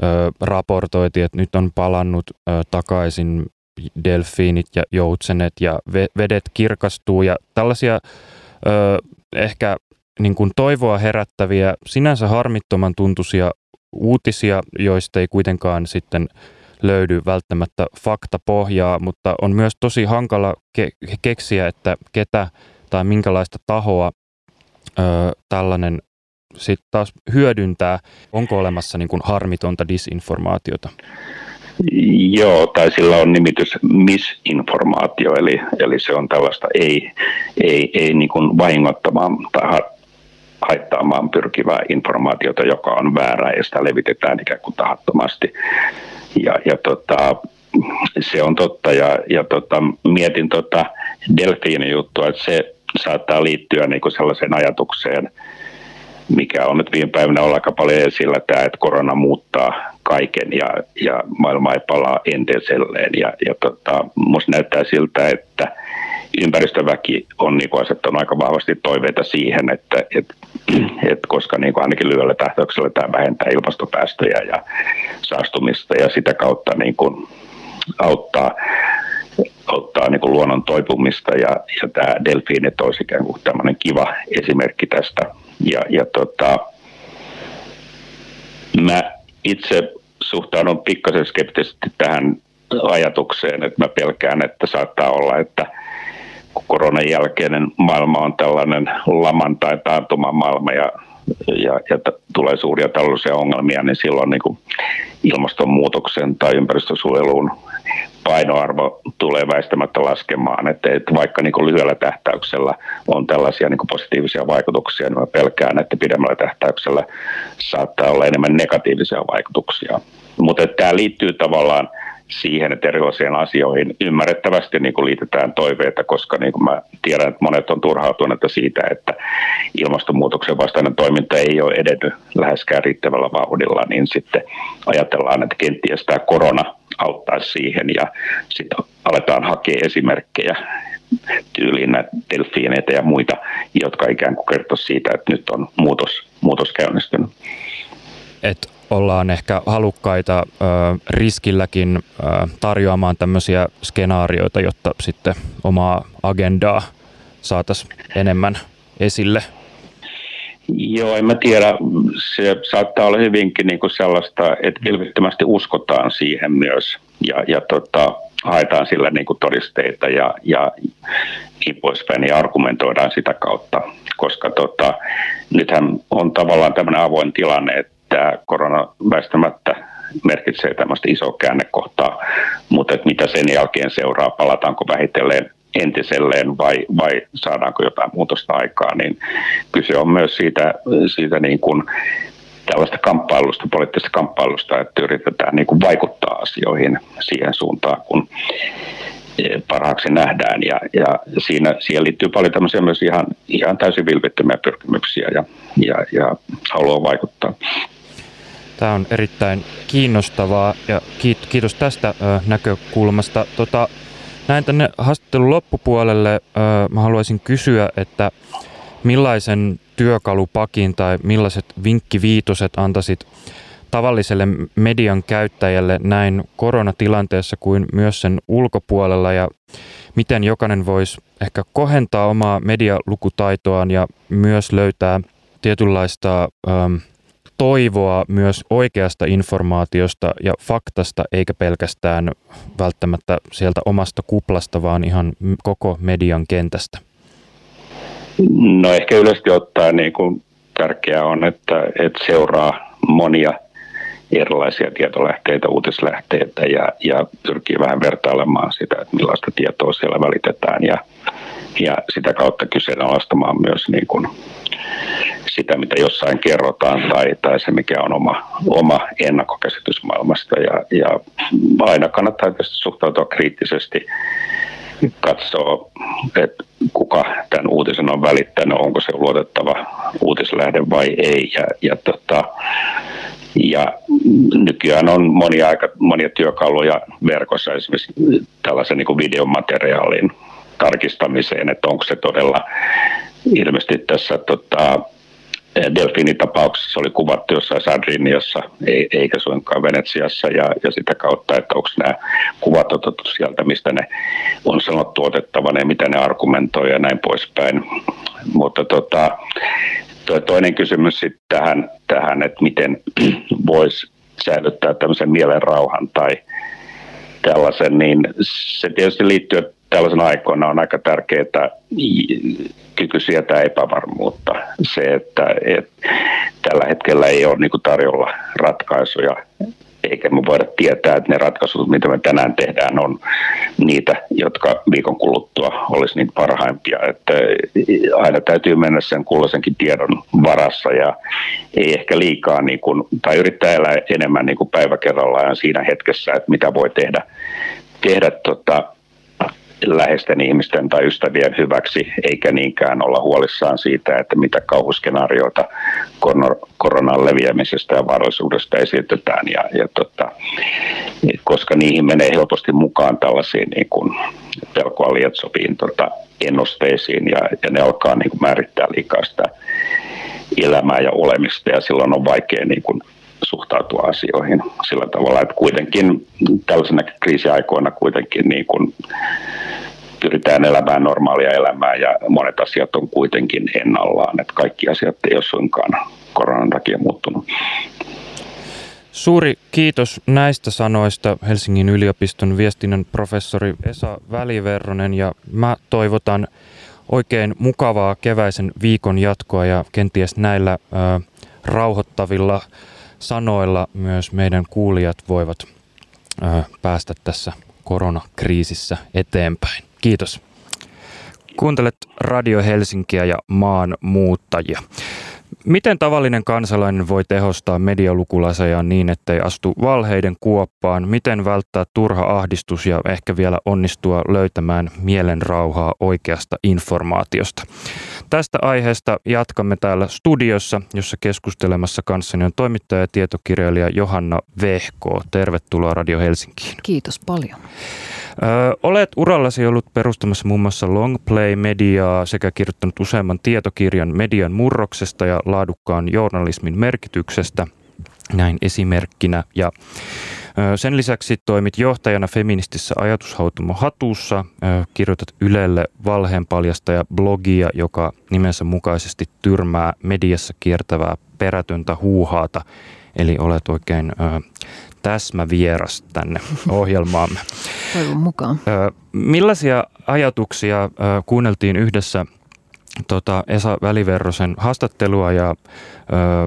raportoitiin, että nyt on palannut ö, takaisin delfiinit ja joutsenet ja vedet kirkastuu ja tällaisia ö, ehkä niin kuin toivoa herättäviä, sinänsä harmittoman tuntuisia uutisia, joista ei kuitenkaan sitten löydy välttämättä faktapohjaa, mutta on myös tosi hankala ke- keksiä, että ketä tai minkälaista tahoa ö, tällainen sitten taas hyödyntää. Onko olemassa niin kuin harmitonta disinformaatiota? Joo, tai sillä on nimitys misinformaatio, eli, eli se on tällaista ei, ei, ei niin kuin vahingoittamaan tai haittaamaan pyrkivää informaatiota, joka on väärää ja sitä levitetään ikään kuin tahattomasti. Ja, ja tota, se on totta ja, ja tota, mietin tota delfiinin juttua, että se saattaa liittyä niin kuin sellaiseen ajatukseen, mikä on nyt viime päivinä olla aika paljon esillä, tämä, että korona muuttaa kaiken ja, ja maailma ei palaa entiselleen. Ja, ja tota, musta näyttää siltä, että ympäristöväki on niin kuin asettanut aika vahvasti toiveita siihen, että et, et koska niin kuin ainakin lyhyellä tähtäyksellä tämä vähentää ilmastopäästöjä ja saastumista ja sitä kautta niin kuin auttaa, auttaa niin kuin luonnon toipumista ja, ja tämä delfiinit olisi ikään kuin tämmöinen kiva esimerkki tästä. Ja, ja tota, mä itse suhtaudun pikkasen skeptisesti tähän ajatukseen, että mä pelkään, että saattaa olla, että koronan jälkeinen maailma on tällainen laman tai taantuman maailma ja, ja, ja t- tulee suuria taloudellisia ongelmia, niin silloin niin kuin ilmastonmuutoksen tai ympäristösuojelun painoarvo tulee väistämättä laskemaan, että, että vaikka niin kuin lyhyellä tähtäyksellä on tällaisia niin kuin positiivisia vaikutuksia, niin mä pelkään, että pidemmällä tähtäyksellä saattaa olla enemmän negatiivisia vaikutuksia. Mutta tämä liittyy tavallaan siihen, että erilaisiin asioihin ymmärrettävästi niin kuin liitetään toiveita, koska niin kuin mä tiedän, että monet on turhautuneita siitä, että ilmastonmuutoksen vastainen toiminta ei ole edennyt läheskään riittävällä vauhdilla, niin sitten ajatellaan, että kenties tämä korona auttaa siihen ja sitten aletaan hakea esimerkkejä tyyliin näitä delfiineitä ja muita, jotka ikään kuin kertoo siitä, että nyt on muutos, muutos käynnistynyt. Et ollaan ehkä halukkaita ö, riskilläkin ö, tarjoamaan tämmöisiä skenaarioita, jotta sitten omaa agendaa saataisiin enemmän esille. Joo, en mä tiedä. Se saattaa olla hyvinkin niin kuin sellaista, että vilpittömästi uskotaan siihen myös ja, ja tota, haetaan sillä niin kuin todisteita ja, ja niin poispäin ja argumentoidaan sitä kautta, koska tota, nythän on tavallaan tämmöinen avoin tilanne, että tämä korona väistämättä merkitsee tämmöistä isoa käännekohtaa, mutta että mitä sen jälkeen seuraa, palataanko vähitellen entiselleen vai, vai saadaanko jotain muutosta aikaa, niin kyse on myös siitä, siitä niin kuin tällaista kamppailusta, poliittisesta kamppailusta, että yritetään niin kuin vaikuttaa asioihin siihen suuntaan, kun parhaaksi nähdään. Ja, ja siinä, siihen liittyy paljon tämmöisiä myös ihan, ihan täysin vilpittömiä pyrkimyksiä ja, ja, ja haluaa vaikuttaa. Tämä on erittäin kiinnostavaa ja kiitos tästä näkökulmasta. Tota, näin tänne haastattelun loppupuolelle mä haluaisin kysyä, että millaisen työkalupakin tai millaiset vinkkiviitoset antaisit tavalliselle median käyttäjälle näin koronatilanteessa kuin myös sen ulkopuolella ja miten jokainen voisi ehkä kohentaa omaa medialukutaitoaan ja myös löytää tietynlaista ähm, toivoa myös oikeasta informaatiosta ja faktasta, eikä pelkästään välttämättä sieltä omasta kuplasta, vaan ihan koko median kentästä? No ehkä yleisesti ottaen niin kuin tärkeää on, että, että seuraa monia erilaisia tietolähteitä, uutislähteitä ja, ja pyrkii vähän vertailemaan sitä, että millaista tietoa siellä välitetään ja, ja sitä kautta kyseenalaistamaan myös niin kuin sitä, mitä jossain kerrotaan tai, tai se, mikä on oma, oma ennakkokäsitys maailmasta ja, ja aina kannattaa tietysti suhtautua kriittisesti, katsoa, että kuka tämän uutisen on välittänyt, onko se luotettava uutislähde vai ei ja, ja tota, Ja nykyään on monia, aika, monia työkaluja verkossa esimerkiksi tällaisen niin kuin videomateriaalin tarkistamiseen, että onko se todella ilmeisesti tässä tota, delfiinitapauksessa oli kuvattu jossain Sardiniassa, eikä suinkaan Venetsiassa, ja, ja sitä kautta, että onko nämä kuvat otettu sieltä, mistä ne on sanottu otettavan ja mitä ne argumentoi ja näin poispäin. Mutta tota, toinen kysymys sitten tähän, tähän, että miten voisi säilyttää tämmöisen mielenrauhan tai tällaisen, niin se tietysti liittyy, että tällaisena aikoina on aika tärkeää kyky sietää epävarmuutta. Se, että, että tällä hetkellä ei ole niin kuin tarjolla ratkaisuja, eikä me voida tietää, että ne ratkaisut, mitä me tänään tehdään, on niitä, jotka viikon kuluttua olisi niitä parhaimpia. Että aina täytyy mennä sen kulloisenkin tiedon varassa ja ei ehkä liikaa, niin kuin, tai yrittää elää enemmän niin kuin päivä kerrallaan siinä hetkessä, että mitä voi tehdä, tehdä tota, läheisten ihmisten tai ystävien hyväksi, eikä niinkään olla huolissaan siitä, että mitä kauhuskenaarioita koronan leviämisestä ja vaarallisuudesta esitetään. Ja, ja tota, koska niihin menee helposti mukaan tällaisiin niin kuin pelkoa lietsoviin tota, ennusteisiin, ja, ja ne alkaa niin kuin määrittää liikaa sitä elämää ja olemista, ja silloin on vaikea niin kuin suhtautua asioihin sillä tavalla, että kuitenkin tällaisena kriisiaikoina kuitenkin niin kuin pyritään elämään normaalia elämää ja monet asiat on kuitenkin ennallaan, että kaikki asiat ei ole suinkaan koronan takia muuttunut. Suuri kiitos näistä sanoista Helsingin yliopiston viestinnän professori Esa Väliverronen, ja mä toivotan oikein mukavaa keväisen viikon jatkoa ja kenties näillä ää, rauhoittavilla sanoilla myös meidän kuulijat voivat ää, päästä tässä koronakriisissä eteenpäin. Kiitos. Kuuntelet Radio Helsinkiä ja maan muuttajia. Miten tavallinen kansalainen voi tehostaa medialukulasejaan niin, ettei astu valheiden kuoppaan? Miten välttää turha ahdistus ja ehkä vielä onnistua löytämään mielenrauhaa oikeasta informaatiosta? Tästä aiheesta jatkamme täällä studiossa, jossa keskustelemassa kanssani on toimittaja ja tietokirjailija Johanna Vehko. Tervetuloa Radio Helsinkiin. Kiitos paljon. Ö, olet urallasi ollut perustamassa muun muassa Longplay-mediaa sekä kirjoittanut useamman tietokirjan median murroksesta ja laadukkaan journalismin merkityksestä, näin esimerkkinä. Ja ö, sen lisäksi toimit johtajana feministisessä ajatushautomo Hatussa, ö, kirjoitat Ylelle valheenpaljastaja blogia, joka nimensä mukaisesti tyrmää mediassa kiertävää perätöntä huuhaata, eli olet oikein ö, täsmävieras tänne ohjelmaamme. Toivon mukaan. Ö, millaisia ajatuksia ö, kuunneltiin yhdessä tota, Esa Väliverrosen haastattelua ja ö,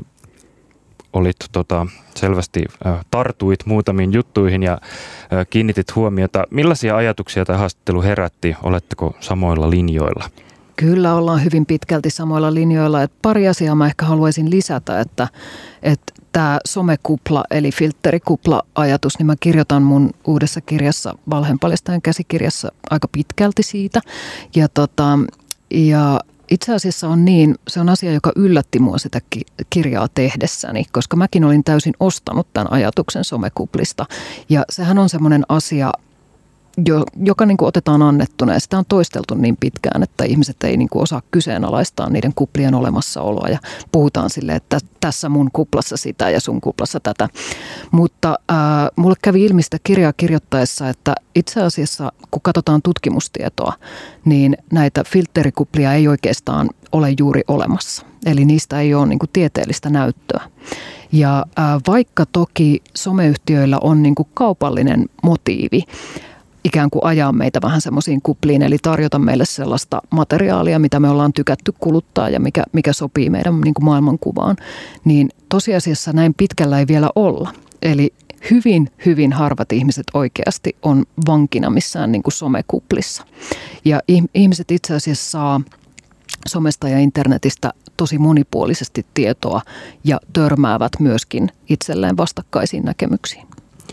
olit tota, selvästi ö, tartuit muutamiin juttuihin ja ö, kiinnitit huomiota. Millaisia ajatuksia tämä haastattelu herätti? Oletteko samoilla linjoilla? Kyllä ollaan hyvin pitkälti samoilla linjoilla. Et pari asiaa mä ehkä haluaisin lisätä, että, että tämä somekupla eli filtterikupla-ajatus, niin mä kirjoitan mun uudessa kirjassa, valheenpaljastajan käsikirjassa, aika pitkälti siitä. Ja, tota, ja itse asiassa on niin, se on asia, joka yllätti mua sitä kirjaa tehdessäni, koska mäkin olin täysin ostanut tämän ajatuksen somekuplista. Ja sehän on semmoinen asia, Jo, joka niin kuin otetaan annettuna, ja sitä on toisteltu niin pitkään, että ihmiset ei niin kuin osaa kyseenalaistaa niiden kuplien olemassaoloa ja puhutaan silleen, että tässä mun kuplassa sitä ja sun kuplassa tätä. Mutta ää, mulle kävi ilmi sitä kirjaa kirjoittaessa, että itse asiassa kun katsotaan tutkimustietoa, niin näitä filtterikuplia ei oikeastaan ole juuri olemassa. Eli niistä ei ole niin kuin tieteellistä näyttöä. Ja ää, vaikka toki someyhtiöillä on niin kuin kaupallinen motiivi, ikään kuin ajaa meitä vähän semmoisiin kupliin, eli tarjota meille sellaista materiaalia, mitä me ollaan tykätty kuluttaa ja mikä, mikä sopii meidän niin kuin maailmankuvaan, niin tosiasiassa näin pitkällä ei vielä olla. Eli hyvin, hyvin harvat ihmiset oikeasti on vankina missään niin kuin somekuplissa. Ja ihmiset itse asiassa saa somesta ja internetistä tosi monipuolisesti tietoa ja törmäävät myöskin itselleen vastakkaisiin näkemyksiin.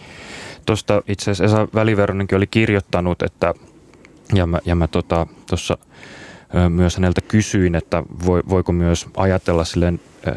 Tuosta itse asiassa Esa Väliverronenkin oli kirjoittanut, että, ja mä, ja mä tuossa tota, myös häneltä kysyin, että voi, voiko myös ajatella silleen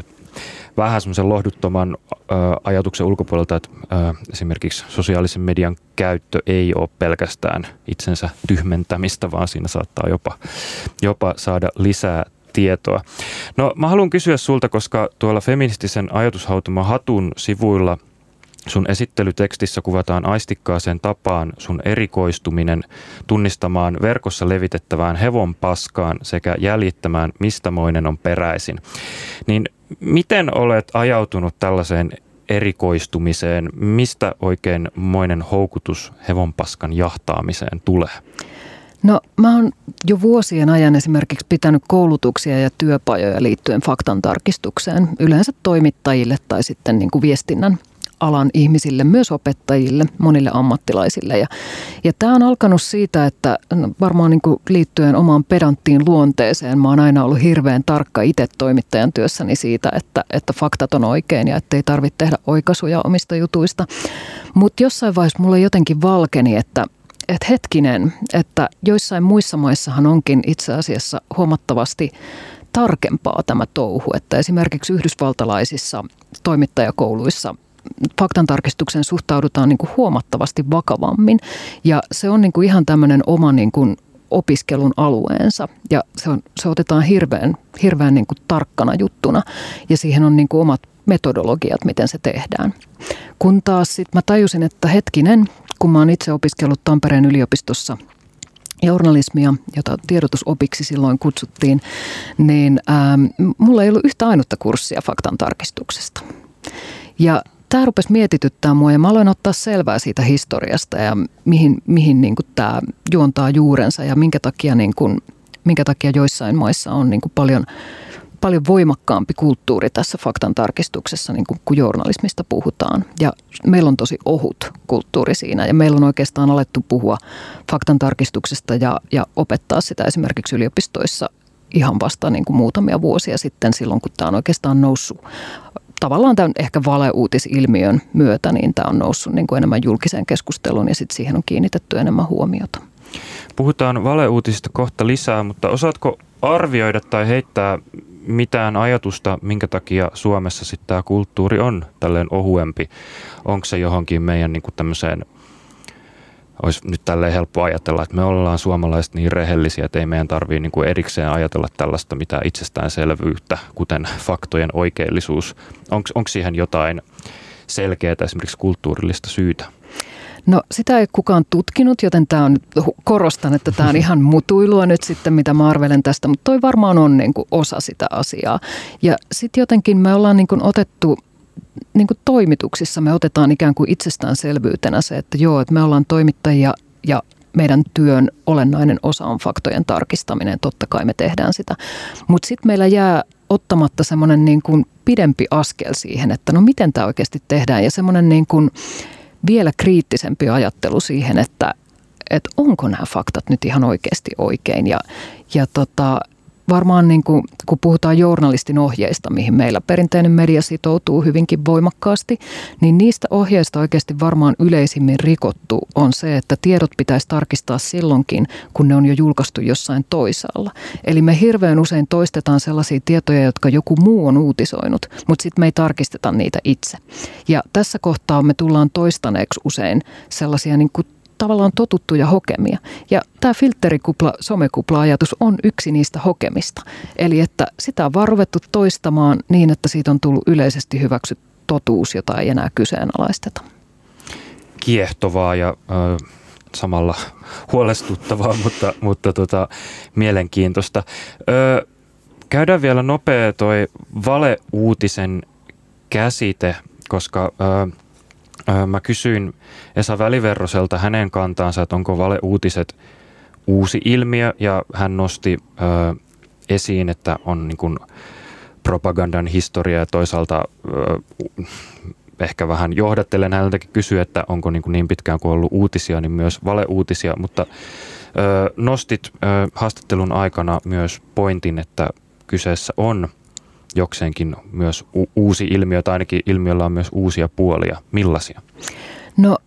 vähän semmoisen lohduttoman ö, ajatuksen ulkopuolelta, että ö, esimerkiksi sosiaalisen median käyttö ei ole pelkästään itsensä tyhmentämistä, vaan siinä saattaa jopa, jopa saada lisää tietoa. No mä haluan kysyä sulta, koska tuolla feministisen ajatushautuma Hatun sivuilla sun esittelytekstissä kuvataan aistikkaaseen tapaan sun erikoistuminen tunnistamaan verkossa levitettävään hevon paskaan sekä jäljittämään, mistä moinen on peräisin. Niin miten olet ajautunut tällaiseen erikoistumiseen? Mistä oikein moinen houkutus hevonpaskan jahtaamiseen tulee? No mä oon jo vuosien ajan esimerkiksi pitänyt koulutuksia ja työpajoja liittyen faktantarkistukseen, yleensä toimittajille tai sitten niin kuin viestinnän alan ihmisille, myös opettajille, monille ammattilaisille. Ja, ja tämä on alkanut siitä, että varmaan niin kuin liittyen omaan pedanttiin luonteeseen, mä oon aina ollut hirveän tarkka itse toimittajan työssäni siitä, että, että faktat on oikein ja ettei tarvitse tehdä oikaisuja omista jutuista. Mutta jossain vaiheessa mulle jotenkin valkeni, että että hetkinen, että joissain muissa maissahan onkin itse asiassa huomattavasti tarkempaa tämä touhu, että esimerkiksi yhdysvaltalaisissa toimittajakouluissa faktantarkistuksen suhtaudutaan niin kuin huomattavasti vakavammin ja se on niin kuin ihan tämmöinen oma niin kuin opiskelun alueensa ja se, on, se otetaan hirveän, hirveän niin kuin tarkkana juttuna ja siihen on niin kuin omat metodologiat, miten se tehdään. Kun taas sitten mä tajusin, että hetkinen, kun mä oon itse opiskellut Tampereen yliopistossa journalismia, jota tiedotusopiksi silloin kutsuttiin, niin ähm, mulla ei ollut yhtä ainutta kurssia faktan tarkistuksesta. Ja tämä rupesi mietityttää mua ja mä aloin ottaa selvää siitä historiasta ja mihin, mihin niin kuin tämä juontaa juurensa ja minkä takia, niin kuin, minkä takia joissain maissa on niin kuin paljon paljon voimakkaampi kulttuuri tässä faktan tarkistuksessa, niin kuin, kun journalismista puhutaan. Ja meillä on tosi ohut kulttuuri siinä ja meillä on oikeastaan alettu puhua faktan tarkistuksesta ja, ja opettaa sitä esimerkiksi yliopistoissa ihan vasta niin kuin muutamia vuosia sitten silloin, kun tämä on oikeastaan noussut. Tavallaan tämän ehkä valeuutisilmiön myötä, niin tämä on noussut niin kuin enemmän julkiseen keskusteluun ja sitten siihen on kiinnitetty enemmän huomiota. Puhutaan valeuutisista kohta lisää, mutta osaatko arvioida tai heittää mitään ajatusta, minkä takia Suomessa sitten tämä kulttuuri on tälleen ohuempi? Onko se johonkin meidän niin kuin tämmöiseen, olisi nyt tälleen helppo ajatella, että me ollaan suomalaiset niin rehellisiä, että ei meidän tarvitse niin kuin erikseen ajatella tällaista mitään itsestäänselvyyttä, kuten faktojen oikeellisuus. Onko siihen jotain selkeää esimerkiksi kulttuurillista syytä? No sitä ei kukaan tutkinut, joten tämä on, korostan, että tämä on ihan mutuilua nyt sitten, mitä mä arvelen tästä, mutta toi varmaan on niin kuin osa sitä asiaa. Ja sitten jotenkin me ollaan niin kuin otettu, niin kuin toimituksissa me otetaan ikään kuin itsestäänselvyytenä se, että joo, että me ollaan toimittajia ja meidän työn olennainen osa on faktojen tarkistaminen, totta kai me tehdään sitä. Mutta sitten meillä jää ottamatta semmoinen niin kuin pidempi askel siihen, että no miten tämä oikeasti tehdään ja semmoinen niin kuin vielä kriittisempi ajattelu siihen, että, että onko nämä faktat nyt ihan oikeasti oikein. Ja, ja tota, varmaan niin kuin, kun puhutaan journalistin ohjeista, mihin meillä perinteinen media sitoutuu hyvinkin voimakkaasti, niin niistä ohjeista oikeasti varmaan yleisimmin rikottu on se, että tiedot pitäisi tarkistaa silloinkin, kun ne on jo julkaistu jossain toisaalla. Eli me hirveän usein toistetaan sellaisia tietoja, jotka joku muu on uutisoinut, mutta sitten me ei tarkisteta niitä itse. Ja tässä kohtaa me tullaan toistaneeksi usein sellaisia niin kuin tavallaan totuttuja hokemia. Ja tämä filtterikupla, somekupla-ajatus on yksi niistä hokemista. Eli että sitä on vaan ruvettu toistamaan niin, että siitä on tullut yleisesti hyväksytty totuus, jota ei enää kyseenalaisteta. Kiehtovaa ja ö, samalla huolestuttavaa, mutta, mutta tota, mielenkiintoista. Ö, käydään vielä nopea toi valeuutisen käsite, koska Ö, Mä kysyin Esa Väliverroselta hänen kantaansa, että onko valeuutiset uusi ilmiö, ja hän nosti ö, esiin, että on niin kuin propagandan historia ja toisaalta ö, ehkä vähän johdattelen häneltäkin kysyä, että onko niin, kuin niin pitkään kuin ollut uutisia, niin myös valeuutisia, mutta ö, nostit ö, haastattelun aikana myös pointin, että kyseessä on jokseenkin myös u- uusi ilmiö, tai ainakin ilmiöllä on myös uusia puolia. Millaisia? No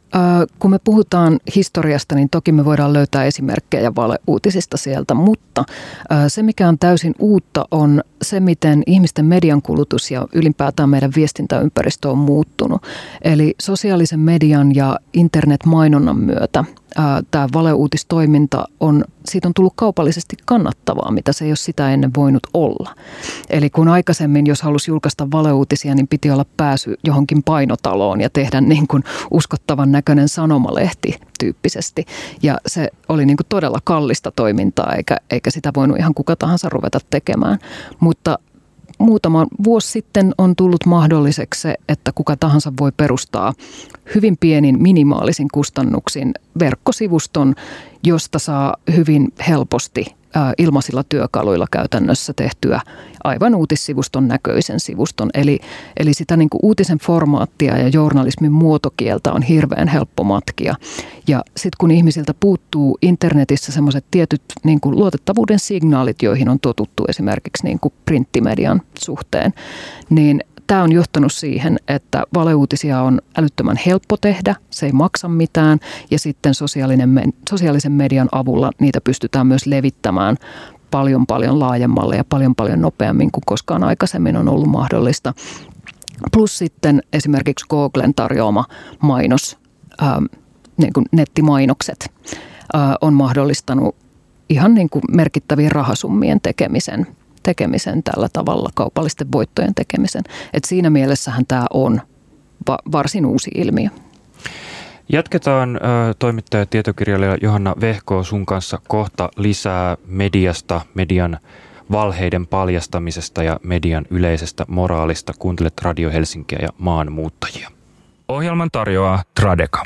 Kun me puhutaan historiasta, niin toki me voidaan löytää esimerkkejä valeuutisista sieltä, mutta se mikä on täysin uutta on se, miten ihmisten median kulutus ja ylipäätään meidän viestintäympäristö on muuttunut. Eli sosiaalisen median ja internetmainonnan myötä tämä valeuutistoiminta on, siitä on tullut kaupallisesti kannattavaa, mitä se ei ole sitä ennen voinut olla. Eli kun aikaisemmin, jos halusi julkaista valeuutisia, niin piti olla pääsy johonkin painotaloon ja tehdä niin kuin uskottavan näköinen sanomalehti tyyppisesti. Ja se oli niin kuin todella kallista toimintaa, eikä, eikä sitä voinut ihan kuka tahansa ruveta tekemään. Mutta muutama vuosi sitten on tullut mahdolliseksi se, että kuka tahansa voi perustaa hyvin pienin minimaalisin kustannuksin verkkosivuston, josta saa hyvin helposti ilmaisilla työkaluilla käytännössä tehtyä aivan uutissivuston näköisen sivuston. Eli, eli sitä niin kuin uutisen formaattia ja journalismin muotokieltä on hirveän helppo matkia. Ja sitten kun ihmisiltä puuttuu internetissä semmoiset tietyt niin kuin luotettavuuden signaalit, joihin on totuttu esimerkiksi niin kuin printtimedian suhteen, niin tämä on johtanut siihen, että valeuutisia on älyttömän helppo tehdä, se ei maksa mitään ja sitten sosiaalinen, sosiaalisen median avulla niitä pystytään myös levittämään paljon paljon laajemmalle ja paljon paljon nopeammin kuin koskaan aikaisemmin on ollut mahdollista. Plus sitten esimerkiksi Googlen tarjoama mainos, ähm, niin kuin nettimainokset, äh, on mahdollistanut ihan niin kuin merkittävien rahasummien tekemisen. tekemisen tällä tavalla, kaupallisten voittojen tekemisen. Et siinä mielessähän tämä on va- varsin uusi ilmiö. Jatketaan ö, toimittaja ja tietokirjailija Johanna Vehko sun kanssa kohta lisää mediasta, median valheiden paljastamisesta ja median yleisestä moraalista. Kuuntelet Radio Helsinkiä ja maanmuuttajia. Ohjelman tarjoaa Tradeka.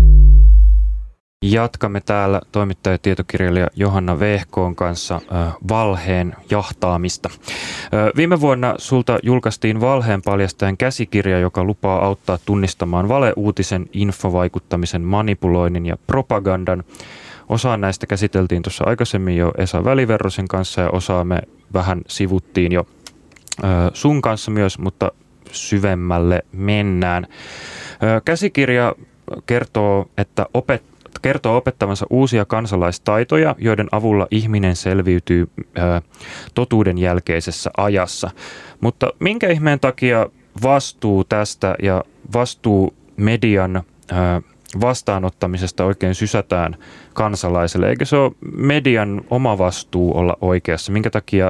Jatkamme täällä toimittaja ja tietokirjailija Johanna Vehkoon kanssa äh, valheen jahtaamista. Äh, viime vuonna sulta julkaistiin valheen paljastajan käsikirja, joka lupaa auttaa tunnistamaan valeuutisen, infovaikuttamisen, manipuloinnin ja propagandan. Osaan näistä käsiteltiin tuossa aikaisemmin jo Esa Väliverrosen kanssa ja osaa me vähän sivuttiin jo äh, sun kanssa myös, mutta syvemmälle mennään. Äh, käsikirja kertoo, että opet kertoo opettavansa uusia kansalaistaitoja, joiden avulla ihminen selviytyy ää, totuuden jälkeisessä ajassa. Mutta minkä ihmeen takia vastuu tästä ja vastuu median ää, vastaanottamisesta oikein sysätään kansalaiselle? Eikö se ole median oma vastuu olla oikeassa? Minkä takia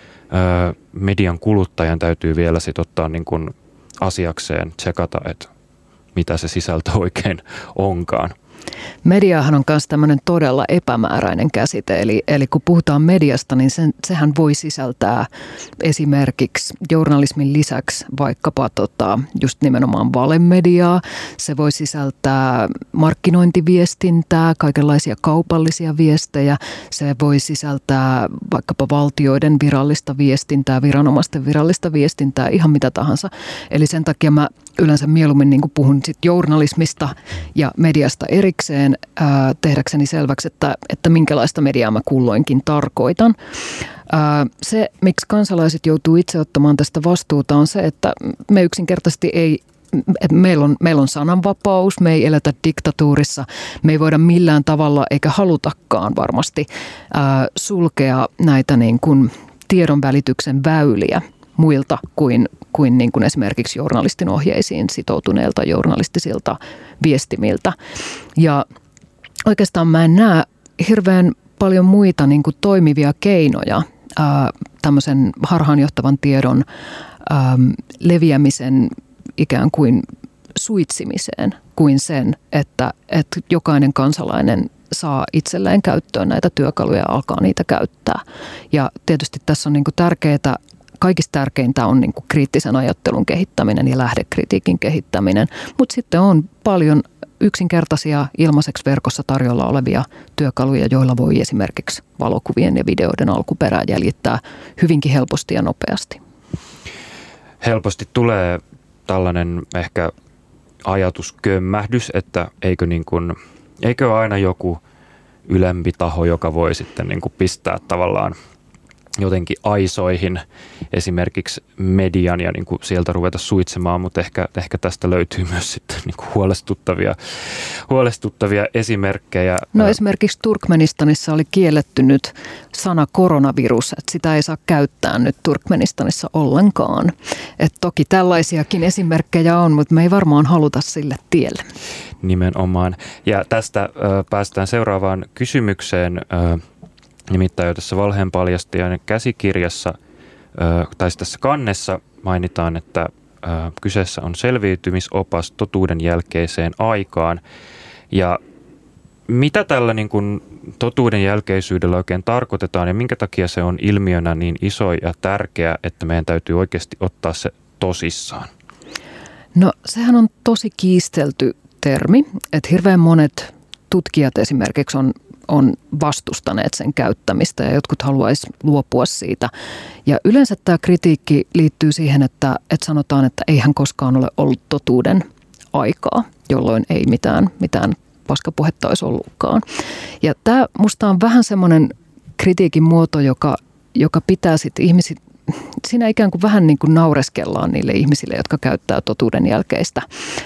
ää, median kuluttajan täytyy vielä sit ottaa niin kuin asiakseen tsekata, että mitä se sisältö oikein onkaan? Mediahan on myös tämmöinen todella epämääräinen käsite, eli, eli kun puhutaan mediasta, niin sen, sehän voi sisältää esimerkiksi journalismin lisäksi vaikkapa tota, just nimenomaan valemediaa, se voi sisältää markkinointiviestintää, kaikenlaisia kaupallisia viestejä, se voi sisältää vaikkapa valtioiden virallista viestintää, viranomaisten virallista viestintää, ihan mitä tahansa. Eli sen takia mä yleensä mieluummin niin kuin puhun sit journalismista ja mediasta erikseen ää, tehdäkseni selväksi, että, että minkälaista mediaa mä kulloinkin tarkoitan. Ää, se, miksi kansalaiset joutuu itse ottamaan tästä vastuuta, on se, että me yksinkertaisesti ei, meillä on, meillä on sananvapaus, me ei eletä diktatuurissa, me ei voida millään tavalla eikä halutakaan varmasti ää, sulkea näitä niin kuin tiedonvälityksen väyliä muilta kuin, kuin, niin kuin esimerkiksi journalistin ohjeisiin sitoutuneilta journalistisilta viestimiltä. Ja oikeastaan mä en näe hirveän paljon muita niin kuin toimivia keinoja ää, tämmöisen harhaanjohtavan tiedon ää, leviämisen ikään kuin suitsimiseen kuin sen, että, että jokainen kansalainen saa itselleen käyttöön näitä työkaluja ja alkaa niitä käyttää. Ja tietysti tässä on niin kuin tärkeää, kaikista tärkeintä on niin kuin kriittisen ajattelun kehittäminen ja lähdekritiikin kehittäminen, mutta sitten on paljon yksinkertaisia ilmaiseksi verkossa tarjolla olevia työkaluja, joilla voi esimerkiksi valokuvien ja videoiden alkuperää jäljittää hyvinkin helposti ja nopeasti. Helposti tulee tällainen ehkä ajatuskömmähdys, että eikö, niin kuin, eikö aina joku ylempi taho, joka voi sitten niin kuin pistää tavallaan jotenkin aisoihin esimerkiksi median ja niin kuin sieltä ruveta suitsemaan, mutta ehkä, ehkä tästä löytyy myös sitten niin kuin huolestuttavia, huolestuttavia esimerkkejä. No esimerkiksi Turkmenistanissa oli kielletty nyt sana koronavirus, että sitä ei saa käyttää nyt Turkmenistanissa ollenkaan. Et toki tällaisiakin esimerkkejä on, mutta me ei varmaan haluta sille tielle. Nimenomaan. Ja tästä ö, päästään seuraavaan kysymykseen. Ö, Nimittäin jo tässä valheenpaljastajan käsikirjassa, tai tässä kannessa mainitaan, että kyseessä on selviytymisopas totuuden jälkeiseen aikaan. Ja mitä tällä niin kuin totuuden jälkeisyydellä oikein tarkoitetaan ja minkä takia se on ilmiönä niin iso ja tärkeä, että meidän täytyy oikeasti ottaa se tosissaan? No sehän on tosi kiistelty termi, että hirveän monet tutkijat esimerkiksi on on vastustaneet sen käyttämistä ja jotkut haluaisi luopua siitä. Ja yleensä tämä kritiikki liittyy siihen, että, että sanotaan, että eihän koskaan ole ollut totuuden aikaa, jolloin ei mitään, mitään paskapuhetta olisi ollutkaan. Ja tämä musta on vähän semmoinen kritiikin muoto, joka, joka pitää sitten ihmisiä, siinä ikään kuin vähän niin kuin naureskellaan niille ihmisille, jotka käyttää totuuden jälkeistä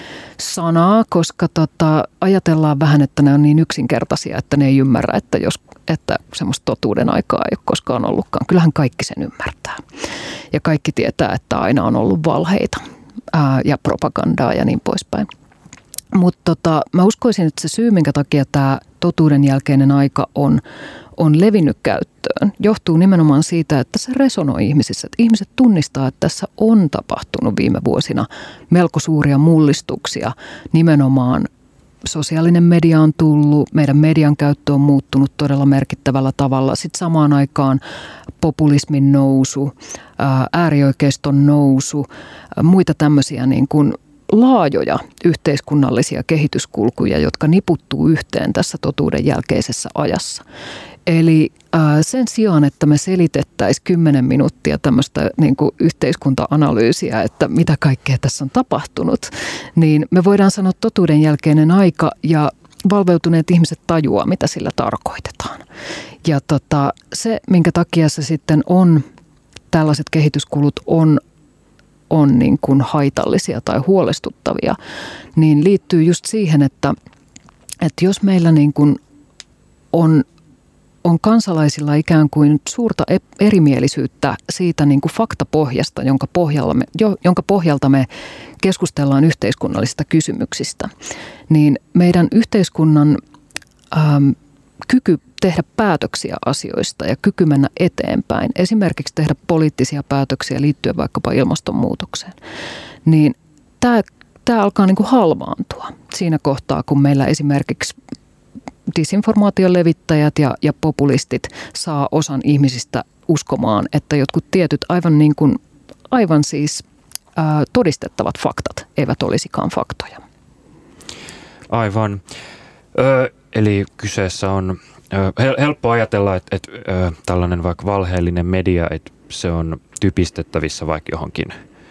sanaa, koska tota, ajatellaan vähän, että ne on niin yksinkertaisia, että ne ei ymmärrä, että, jos, että semmoista totuuden aikaa ei ole koskaan ollutkaan. Kyllähän kaikki sen ymmärtää. Ja kaikki tietää, että aina on ollut valheita ää, ja propagandaa ja niin poispäin. Mutta tota, mä uskoisin, että se syy, minkä takia tämä totuuden jälkeinen aika on, on levinnyt käyttöön, johtuu nimenomaan siitä, että se resonoi ihmisissä. Että ihmiset tunnistaa, että tässä on tapahtunut viime vuosina melko suuria mullistuksia. Nimenomaan sosiaalinen media on tullut, meidän median käyttö on muuttunut todella merkittävällä tavalla. Sitten samaan aikaan populismin nousu, äärioikeiston nousu, muita tämmöisiä niin kuin laajoja yhteiskunnallisia kehityskulkuja, jotka niputtuu yhteen tässä totuuden jälkeisessä ajassa. Eli äh, sen sijaan, että me selitettäisiin kymmenen minuuttia tämmöistä niin kuin yhteiskunta-analyysiä, että mitä kaikkea tässä on tapahtunut, niin me voidaan sanoa totuuden jälkeinen aika ja valveutuneet ihmiset tajuaa, mitä sillä tarkoitetaan. Ja tota, se, minkä takia se sitten on, tällaiset kehityskulut on on niin kuin haitallisia tai huolestuttavia, niin liittyy just siihen, että, että jos meillä niin kuin on, on kansalaisilla ikään kuin suurta erimielisyyttä siitä niin kuin faktapohjasta, jonka pohjalta, me, jonka pohjalta me keskustellaan yhteiskunnallisista kysymyksistä, niin meidän yhteiskunnan ähm, kyky tehdä päätöksiä asioista ja kyky mennä eteenpäin, esimerkiksi tehdä poliittisia päätöksiä liittyen vaikkapa ilmastonmuutokseen, niin tämä, tämä alkaa niin kuin halvaantua siinä kohtaa, kun meillä esimerkiksi disinformaation levittäjät ja, ja populistit saa osan ihmisistä uskomaan, että jotkut tietyt aivan, niin kuin, aivan siis ää, todistettavat faktat eivät olisikaan faktoja. Aivan. Ö, eli kyseessä on helppo ajatella, että, että tällainen vaikka valheellinen media, että se on typistettävissä vaikka johonkin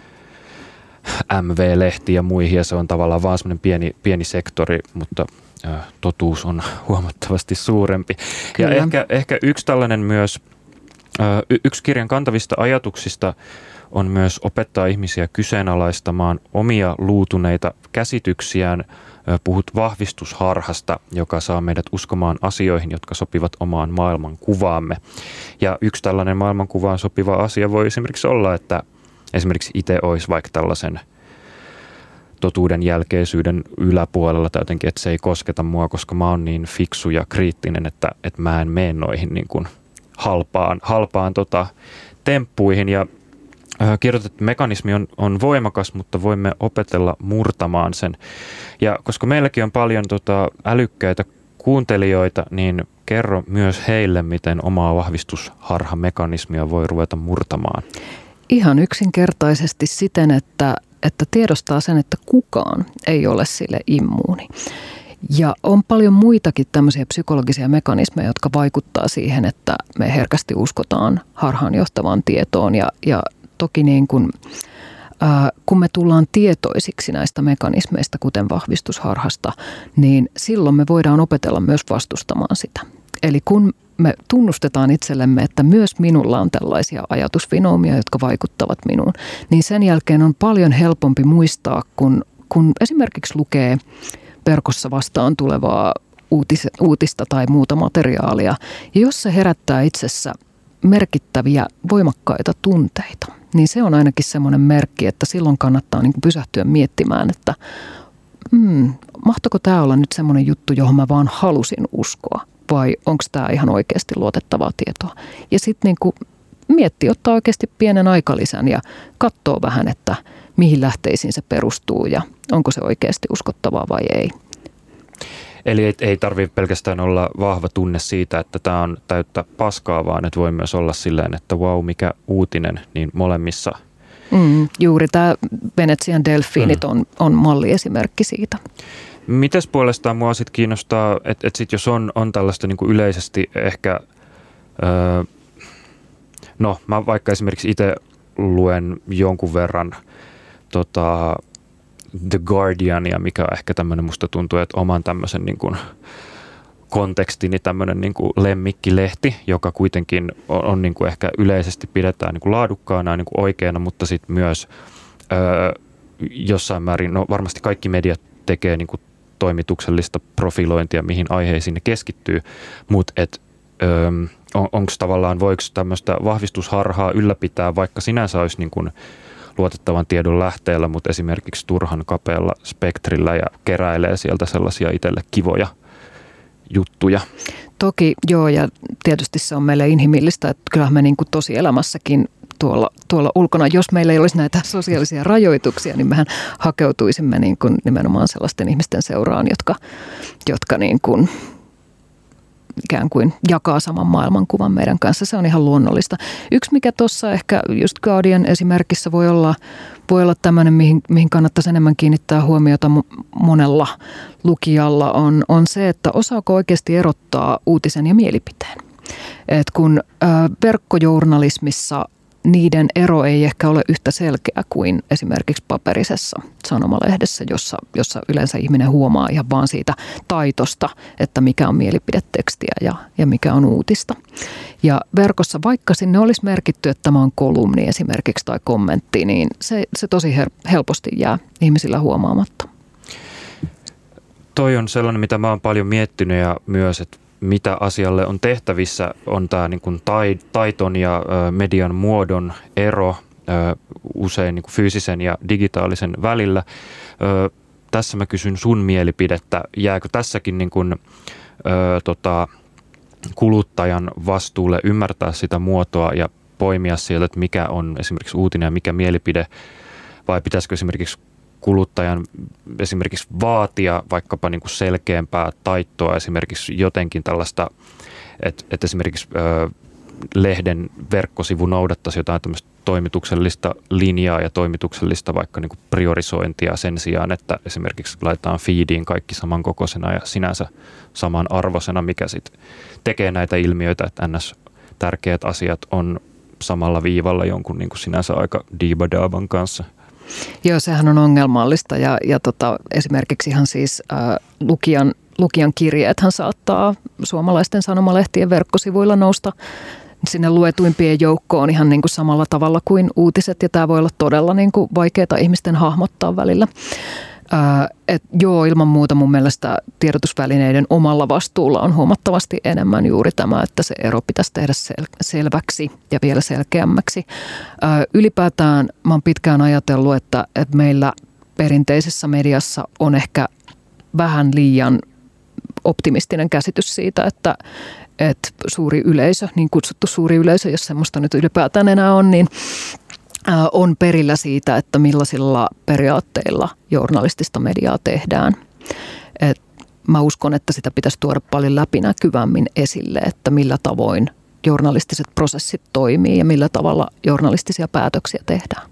M V-lehtiin ja muihin, ja se on tavallaan vaan semmoinen pieni, pieni sektori, mutta totuus on huomattavasti suurempi. Kyllä. Ja ehkä, ehkä yksi tällainen myös, yksi kirjan kantavista ajatuksista on myös opettaa ihmisiä kyseenalaistamaan omia luutuneita käsityksiään. Puhut vahvistusharhasta, joka saa meidät uskomaan asioihin, jotka sopivat omaan maailmankuvaamme. Ja yksi tällainen maailmankuvaan sopiva asia voi esimerkiksi olla, että esimerkiksi itse olisi vaikka tällaisen totuuden jälkeisyyden yläpuolella tai jotenkin, että se ei kosketa mua, koska mä oon niin fiksu ja kriittinen, että, että mä en mene noihin niin kuin halpaan, halpaan tota, temppuihin. Ja kirjoitettu mekanismi on, on voimakas, mutta voimme opetella murtamaan sen. Ja koska meilläkin on paljon tota, älykkäitä kuuntelijoita, niin kerro myös heille, miten omaa vahvistusharhamekanismia voi ruveta murtamaan. Ihan yksinkertaisesti siten, että, että tiedostaa sen, että kukaan ei ole sille immuuni. Ja on paljon muitakin tämmöisiä psykologisia mekanismeja, jotka vaikuttaa siihen, että me herkästi uskotaan harhaanjohtavaan tietoon ja, ja toki niin kuin, ää, kun me tullaan tietoisiksi näistä mekanismeista, kuten vahvistusharhasta, niin silloin me voidaan opetella myös vastustamaan sitä. Eli kun me tunnustetaan itsellemme, että myös minulla on tällaisia ajatusvinoumia, jotka vaikuttavat minuun, niin sen jälkeen on paljon helpompi muistaa, kun, kun esimerkiksi lukee verkossa vastaan tulevaa uutis, uutista tai muuta materiaalia, ja jos se herättää itsessä merkittäviä, voimakkaita tunteita, niin se on ainakin semmoinen merkki, että silloin kannattaa niin kuin pysähtyä miettimään, että hmm, mahtoiko tämä olla nyt semmoinen juttu, johon mä vaan halusin uskoa, vai onko tämä ihan oikeasti luotettavaa tietoa. Ja sitten niin miettii, ottaa oikeasti pienen aikalisän ja katsoo vähän, että mihin lähteisiin se perustuu ja onko se oikeasti uskottavaa vai ei. Eli ei, ei tarvitse pelkästään olla vahva tunne siitä, että tämä on täyttä paskaa, vaan että voi myös olla silleen, että vau, mikä uutinen, niin molemmissa. Mm, juuri tämä Venetsian delfiinit mm. on, on malliesimerkki siitä. Mites puolestaan mua sitten kiinnostaa, että, että sit jos on, on tällaista niin kuin yleisesti ehkä, öö, no mä vaikka esimerkiksi itse luen jonkun verran tota, The Guardiania, mikä on ehkä tämmöinen, musta tuntuu, että oman tämmöisen niin kuin kontekstini tämmöinen niin kuin lemmikkilehti, joka kuitenkin on, on niin kuin ehkä yleisesti pidetään niin kuin laadukkaana, niin kuin oikeana, mutta sitten myös öö, jossain määrin, no varmasti kaikki mediat tekee niin kuin toimituksellista profilointia, mihin aiheisiin ne keskittyy, mutta et, on, onko tavallaan, voiko tämmöistä vahvistusharhaa ylläpitää, vaikka sinänsä olisi niin kuin luotettavan tiedon lähteellä, mutta esimerkiksi turhan kapealla spektrillä ja keräilee sieltä sellaisia itselle kivoja juttuja. Toki joo, ja tietysti se on meille inhimillistä, että kyllähän me niin kuin tosielämässäkin tuolla, tuolla ulkona, jos meillä ei olisi näitä sosiaalisia rajoituksia, niin mehän hakeutuisimme niin kuin nimenomaan sellaisten ihmisten seuraan, jotka, jotka niin kuin ikään kuin jakaa saman maailmankuvan meidän kanssa. Se on ihan luonnollista. Yksi, mikä tuossa ehkä just Guardian esimerkissä voi olla, voi olla tämmöinen, mihin, mihin kannattaisi enemmän kiinnittää huomiota monella lukijalla, on, on se, että osaako oikeasti erottaa uutisen ja mielipiteen. Et kun ä, verkkojournalismissa niiden ero ei ehkä ole yhtä selkeä kuin esimerkiksi paperisessa sanomalehdessä, jossa, jossa yleensä ihminen huomaa ihan vaan siitä taitosta, että mikä on mielipidetekstiä ja, ja mikä on uutista. Ja verkossa, vaikka sinne olisi merkitty, että tämä on kolumni esimerkiksi tai kommentti, niin se, se tosi helposti jää ihmisillä huomaamatta. Toi on sellainen, mitä mä oon paljon miettinyt ja myös, että mitä asialle on tehtävissä, on tämä niin kuin taiton ja median muodon ero usein niin kuin fyysisen ja digitaalisen välillä. Tässä mä kysyn sun mielipidettä. Jääkö tässäkin niin kuin, tota, kuluttajan vastuulle ymmärtää sitä muotoa ja poimia sieltä, että mikä on esimerkiksi uutinen ja mikä mielipide, vai pitäisikö esimerkiksi kuluttajan esimerkiksi vaatia vaikkapa niin kuin selkeämpää taittoa, esimerkiksi jotenkin tällaista, että, että esimerkiksi ö, lehden verkkosivu noudattaisi jotain tämmöistä toimituksellista linjaa ja toimituksellista vaikka niin kuin priorisointia sen sijaan, että esimerkiksi laitetaan feediin kaikki samankokoisena ja sinänsä saman arvoisena, mikä sitten tekee näitä ilmiöitä, että ns. Tärkeät asiat on samalla viivalla jonkun niin kuin sinänsä aika diibadaaban kanssa. Joo, sehän on ongelmallista ja, ja tota, esimerkiksi ihan siis äh, lukijan, lukijan kirjeethän saattaa suomalaisten sanomalehtien verkkosivuilla nousta sinne luetuimpien joukkoon ihan niin kuin samalla tavalla kuin uutiset, ja tämä voi olla todella niin kuin vaikeaa ihmisten hahmottaa välillä. Ää, et joo, ilman muuta mun mielestä tiedotusvälineiden omalla vastuulla on huomattavasti enemmän juuri tämä, että se ero pitäisi tehdä sel- selväksi ja vielä selkeämmäksi. Ää, ylipäätään mä oon pitkään ajatellut, että, että meillä perinteisessä mediassa on ehkä vähän liian optimistinen käsitys siitä, että, että suuri yleisö, niin kutsuttu suuri yleisö, jos semmoista nyt ylipäätään enää on, niin on perillä siitä, että millaisilla periaatteilla journalistista mediaa tehdään. Et mä uskon, että sitä pitäisi tuoda paljon läpinäkyvämmin esille, että millä tavoin journalistiset prosessit toimii ja millä tavalla journalistisia päätöksiä tehdään.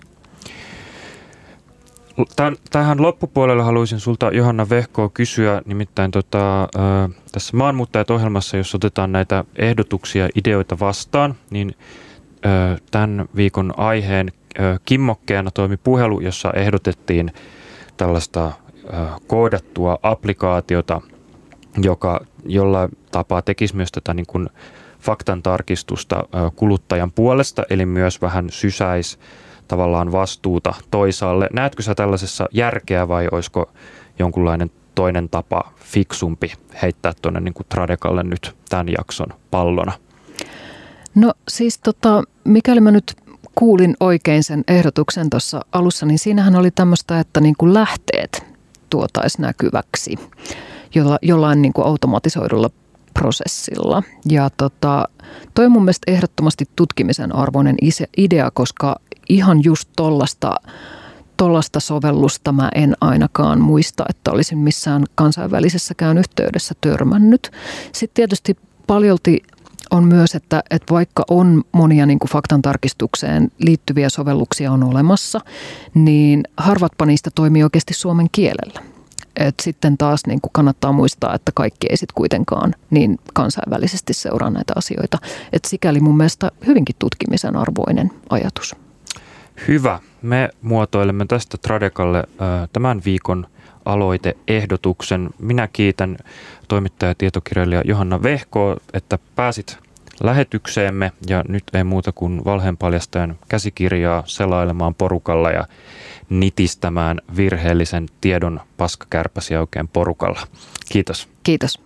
Tähän loppupuolelle haluaisin sulta, Johanna Vehkoa, kysyä, nimittäin tota, tässä Maanmuuttajat-ohjelmassa, jos otetaan näitä ehdotuksia, ideoita vastaan, niin tämän viikon aiheen kimmokkeena toimi puhelu, jossa ehdotettiin tällaista koodattua applikaatiota, joka jollain tapaa tekisi myös tätä niin kuin faktan tarkistusta kuluttajan puolesta, eli myös vähän sysäisi tavallaan vastuuta toisaalle. Näetkö sä tällaisessa järkeä vai olisiko jonkunlainen toinen tapa fiksumpi heittää tuonne niin kuin Tradekalle nyt tämän jakson pallona? No siis tota, mikäli mä nyt kuulin oikein sen ehdotuksen tuossa alussa, niin siinähän oli tämmöistä, että niin kuin lähteet tuotaisiin näkyväksi jolla, jollain niin kuin automatisoidulla prosessilla. Ja tota, toi on mun mielestä ehdottomasti tutkimisen arvoinen idea, koska ihan just tollasta, tollasta sovellusta mä en ainakaan muista, että olisin missään kansainvälisessäkään yhteydessä törmännyt. Sitten tietysti paljolti on myös, että, että vaikka on monia niin kuin faktantarkistukseen liittyviä sovelluksia on olemassa, niin harvatpa niistä toimii oikeasti suomen kielellä. Et sitten taas niin kuin kannattaa muistaa, että kaikki ei sitten kuitenkaan niin kansainvälisesti seuraa näitä asioita. Et sikäli mun mielestä hyvinkin tutkimisen arvoinen ajatus. Hyvä. Me muotoilemme tästä Tradekalle äh, tämän viikon aloiteehdotuksen. Minä kiitän toimittaja ja tietokirjailija Johanna Vehkoa, että pääsit lähetykseemme ja nyt ei muuta kuin valheenpaljastajan käsikirjaa selailemaan porukalla ja nitistämään virheellisen tiedon paskakärpäsiä oikein porukalla. Kiitos. Kiitos.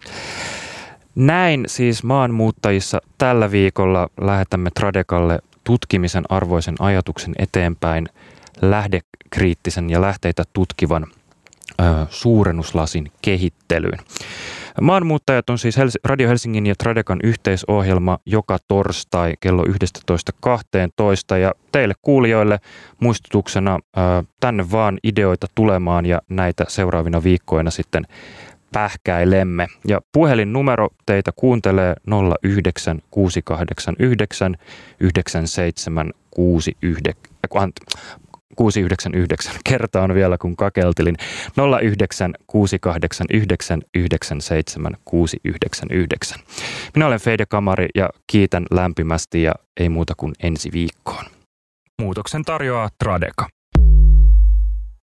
Näin siis maanmuuttajissa tällä viikolla lähetämme Tradekalle tutkimisen arvoisen ajatuksen eteenpäin lähdekriittisen ja lähteitä tutkivan ö, suurennuslasin kehittelyyn. Maanmuuttajat on siis Radio Helsingin ja Tradekan yhteisohjelma joka torstai kello yksitoista kaksitoista ja teille kuulijoille muistutuksena ö, tänne vaan ideoita tulemaan ja näitä seuraavina viikkoina sitten pähkäilemme. Ja puhelinnumero teitä kuuntelee nolla yhdeksän kuusi kahdeksan yhdeksän yhdeksän seitsemän kuusi yhdeksän yhdeksän. Kertaan vielä kun kakeltelin. nolla yhdeksän kuusi kahdeksan yhdeksän yhdeksän seitsemän kuusi yhdeksän yhdeksän. Minä olen Fede Kamari ja kiitän lämpimästi ja ei muuta kuin ensi viikkoon. Muutoksen tarjoaa Tradeka.